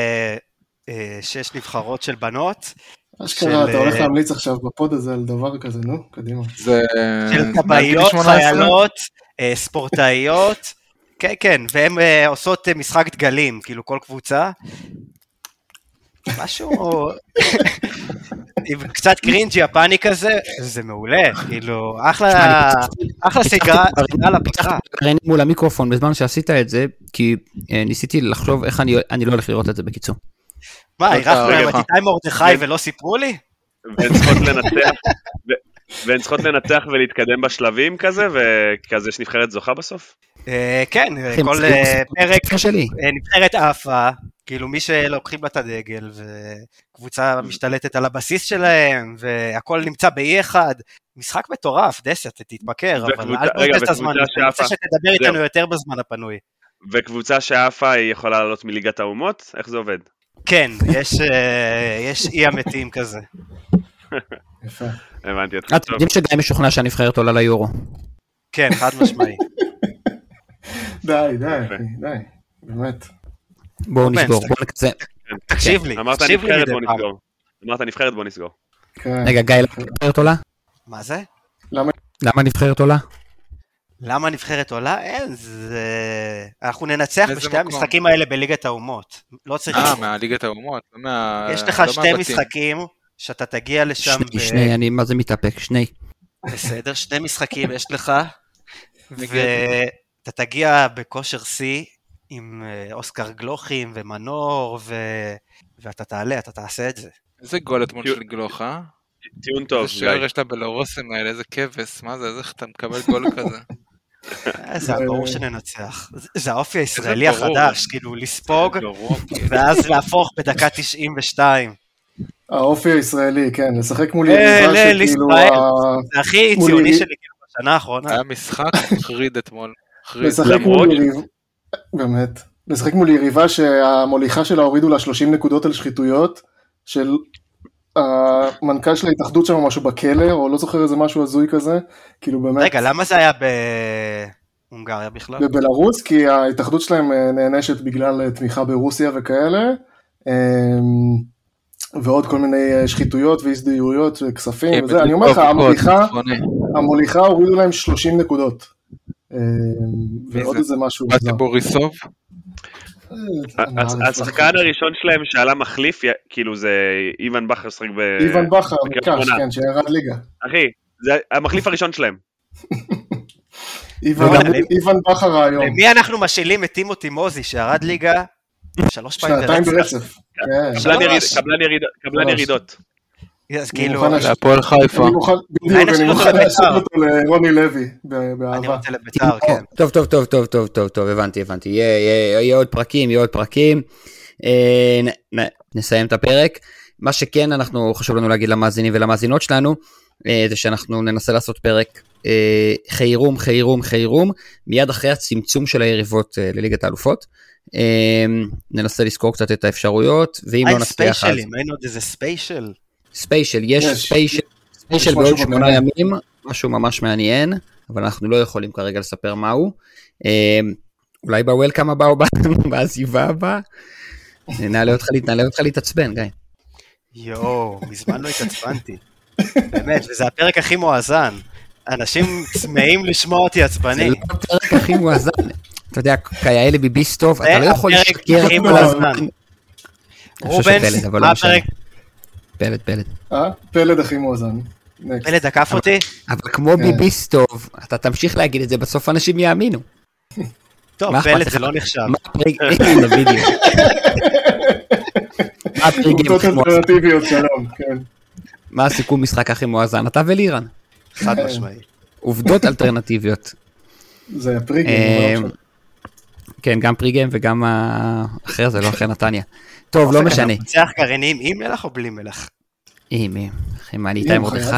שש נבחרות של בנות, אשכרה, אתה הולך להמליץ עכשיו בפוד הזה על דבר כזה, נו, קדימה. של קבעיות, חיילות, ספורטאיות, כן, כן, והן עושות משחק דגלים, כאילו כל קבוצה. משהו, עם קצת קרינג' יפני כזה, זה מעולה, כאילו, אחלה, אחלה סגרה על הפתחה. ראיני מול המיקרופון בזמן שעשית את זה, כי ניסיתי לחשוב איך אני לא הולך לראות את זה בקיצור. מה, אירחנו להם את איתי מרדכי ולא סיפרו לי? והן צריכות לנצח ולהתקדם בשלבים כזה, וכזה שנבחרת זוכה בסוף? כן, כל פרק נבחרת אפה, כאילו מי שלוקחים לה את הדגל, וקבוצה משתלטת על הבסיס שלהם, והכל נמצא באי אחד, משחק מטורף, דסת, תתבקר, אבל אל תבזבז את הזמן, אני רוצה שתדבר איתנו יותר בזמן הפנוי. וקבוצה שאפה היא יכולה לעלות מליגת האומות? איך זה עובד? כן, יש אי המתים כזה. יפה. הבנתי אותך. אתם יודעים שגיא משוכנע שהנבחרת עולה ליורו. כן, חד משמעי. די, די, די, באמת. בואו נסגור, בואו נקצה. תקשיב לי, אמרת נבחרת בוא נסגור. אמרת נבחרת בוא נסגור. רגע, גיא, למה נבחרת עולה? מה זה? למה נבחרת עולה? למה נבחרת עולה? אין, זה... אנחנו ננצח בשתי המשחקים האלה בליגת האומות. לא צריך... אה, מהליגת האומות. יש לך שתי משחקים שאתה תגיע לשם... שני, שני, אני מה זה מתאפק, שני. בסדר, שני משחקים יש לך, ואתה תגיע בכושר C עם אוסקר גלוחים ומנור, ואתה תעלה, אתה תעשה את זה. איזה גול אתמול של גלוך, אה? טיעון טוב. איזה שער יש לה בלרוסים האלה, איזה כבש, מה זה, איך אתה מקבל גול כזה? זה ברור שננצח, זה האופי הישראלי החדש, כאילו לספוג, ואז להפוך בדקה תשעים ושתיים. האופי הישראלי, כן, לשחק מול יריבה שכאילו... זה הכי ציוני שלי כאילו בשנה האחרונה. היה משחק חריד אתמול. לשחק מול יריבה, באמת, לשחק מול יריבה שהמוליכה שלה הורידו לה שלושים נקודות על שחיתויות, של... המנכ"ל של ההתאחדות שם משהו בכלא, או לא זוכר איזה משהו הזוי כזה, כאילו באמת... רגע, למה זה היה בהונגריה בכלל? בבלרוס, כי ההתאחדות שלהם נענשת בגלל תמיכה ברוסיה וכאלה, ועוד כל מיני שחיתויות והזדהויות וכספים וזה, אני אומר לך, המוליכה הורידו להם שלושים נקודות, ועוד איזה משהו... באתי בוריסוב? השחקן הראשון שלהם שעלה מחליף, כאילו זה איוון בכר שחק ב... איוון בכר, מקש, כן, שירד ליגה. אחי, זה המחליף הראשון שלהם. איוון בכר היום. למי אנחנו משילים את טימו טימוזי שירד ליגה? שלוש פעמים ברצף. קבלן ירידות. אז כאילו... להפועל חיפה. אני מוכן להשאיר אותו לרוני לוי, באהבה. אני רוצה לביתר, כן. טוב, טוב, טוב, טוב, טוב, טוב, טוב, הבנתי, הבנתי. יהיה עוד פרקים, יהיה עוד פרקים. נסיים את הפרק. מה שכן, אנחנו חשוב לנו להגיד למאזינים ולמאזינות שלנו, זה שאנחנו ננסה לעשות פרק חיירום, חיירום, חיירום, מיד אחרי הצמצום של היריבות לליגת האלופות. ננסה לזכור קצת את האפשרויות, ואם לא נצליח אז... אין עוד איזה ספיישל? ספיישל, יש ספיישל, ספיישל בעוד שמונה ימים, משהו ממש מעניין, אבל אנחנו לא יכולים כרגע לספר מהו. אולי בוולקאם הבא או בעזיבה הבאה, נעלה אותך להתעצבן, גיא. יואו, מזמן לא התעצבנתי. באמת, וזה הפרק הכי מואזן. אנשים צמאים לשמוע אותי עצבני. זה לא הפרק הכי מואזן. אתה יודע, כיאה לביביסטוב, אתה לא יכול לשקר. זה הפרק הכי מואזן. רובנס, מה הפרק? פלד, פלד. אה? פלד הכי מואזן. פלד עקף אותי? אבל כמו ביביסטוב, אתה תמשיך להגיד את זה, בסוף אנשים יאמינו. טוב, פלד זה לא נחשב. מה הפרק? הנה, בדיוק. מה הפרקים הכי מואזן? מה הסיכום משחק הכי מואזן? אתה ולירן. חד משמעי. עובדות אלטרנטיביות. זה הפריגים. כן, גם פריגים וגם אחר, זה לא אחרי נתניה. טוב, לא משנה. מנצח גרעינים עם מלח או בלי מלח? עם, עם. אחי, מה, אני איתי מרדכי.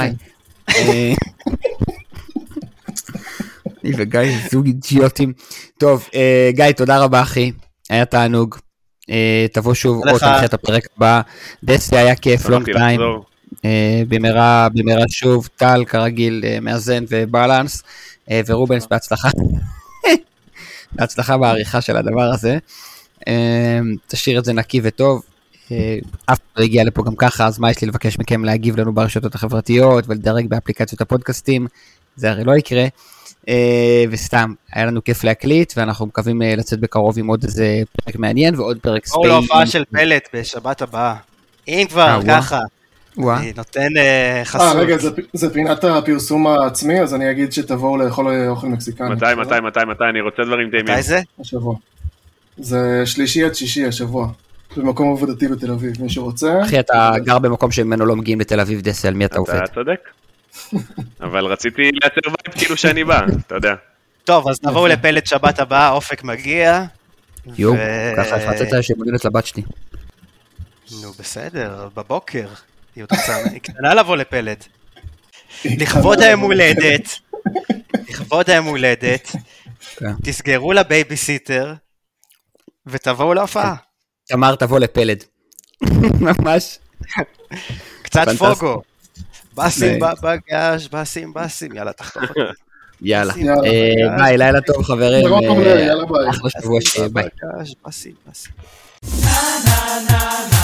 אני וגיא, זוג אידיוטים. טוב, גיא, תודה רבה, אחי. היה תענוג. תבוא שוב, או תמחה את הפרק הבא. דסי היה כיף, לונג טיים. במהרה, במהרה שוב, טל, כרגיל, מאזן ובלנס. ורובנס, בהצלחה. בהצלחה בעריכה של הדבר הזה. תשאיר את זה נקי וטוב. אף לא הגיע לפה גם ככה, אז מה יש לי לבקש מכם להגיב לנו ברשתות החברתיות ולדרג באפליקציות הפודקאסטים, זה הרי לא יקרה. וסתם, היה לנו כיף להקליט, ואנחנו מקווים לצאת בקרוב עם עוד איזה פרק מעניין ועוד פרק ספיין. או להופעה של פלט בשבת הבאה. אם כבר, ככה. אני נותן חסות. אה, רגע, זה פינת הפרסום העצמי, אז אני אגיד שתבואו לאכול אוכל מקסיקני. מתי, מתי, מתי, מתי, אני רוצה דברים טעימים. מתי זה? השבוע. זה שלישי עד שישי השבוע. במקום עבודתי בתל אביב, מי שרוצה. אחי, אתה גר במקום שממנו לא מגיעים לתל אביב דסל, מי אתה עובד? אתה צודק. אבל רציתי לייצר בית כאילו שאני בא, אתה יודע. טוב, אז נבואו לפלט שבת הבאה, אופק מגיע. יו, ככה הפצת שמולידת לבת שלי. נו, בסדר, בבוקר. היא קטנה לבוא לפלט. לכבוד היום הולדת, לכבוד היום הולדת, תסגרו לבייביסיטר, ותבואו להופעה. תמר, תבוא לפלד. ממש. קצת פוגו. בסים בבגש, בסים, בסים, יאללה, תחתוך אותי. יאללה. ביי, לילה טוב, חברים. יאללה ביי. אחלה שבוע, ביי. בסים, בסים.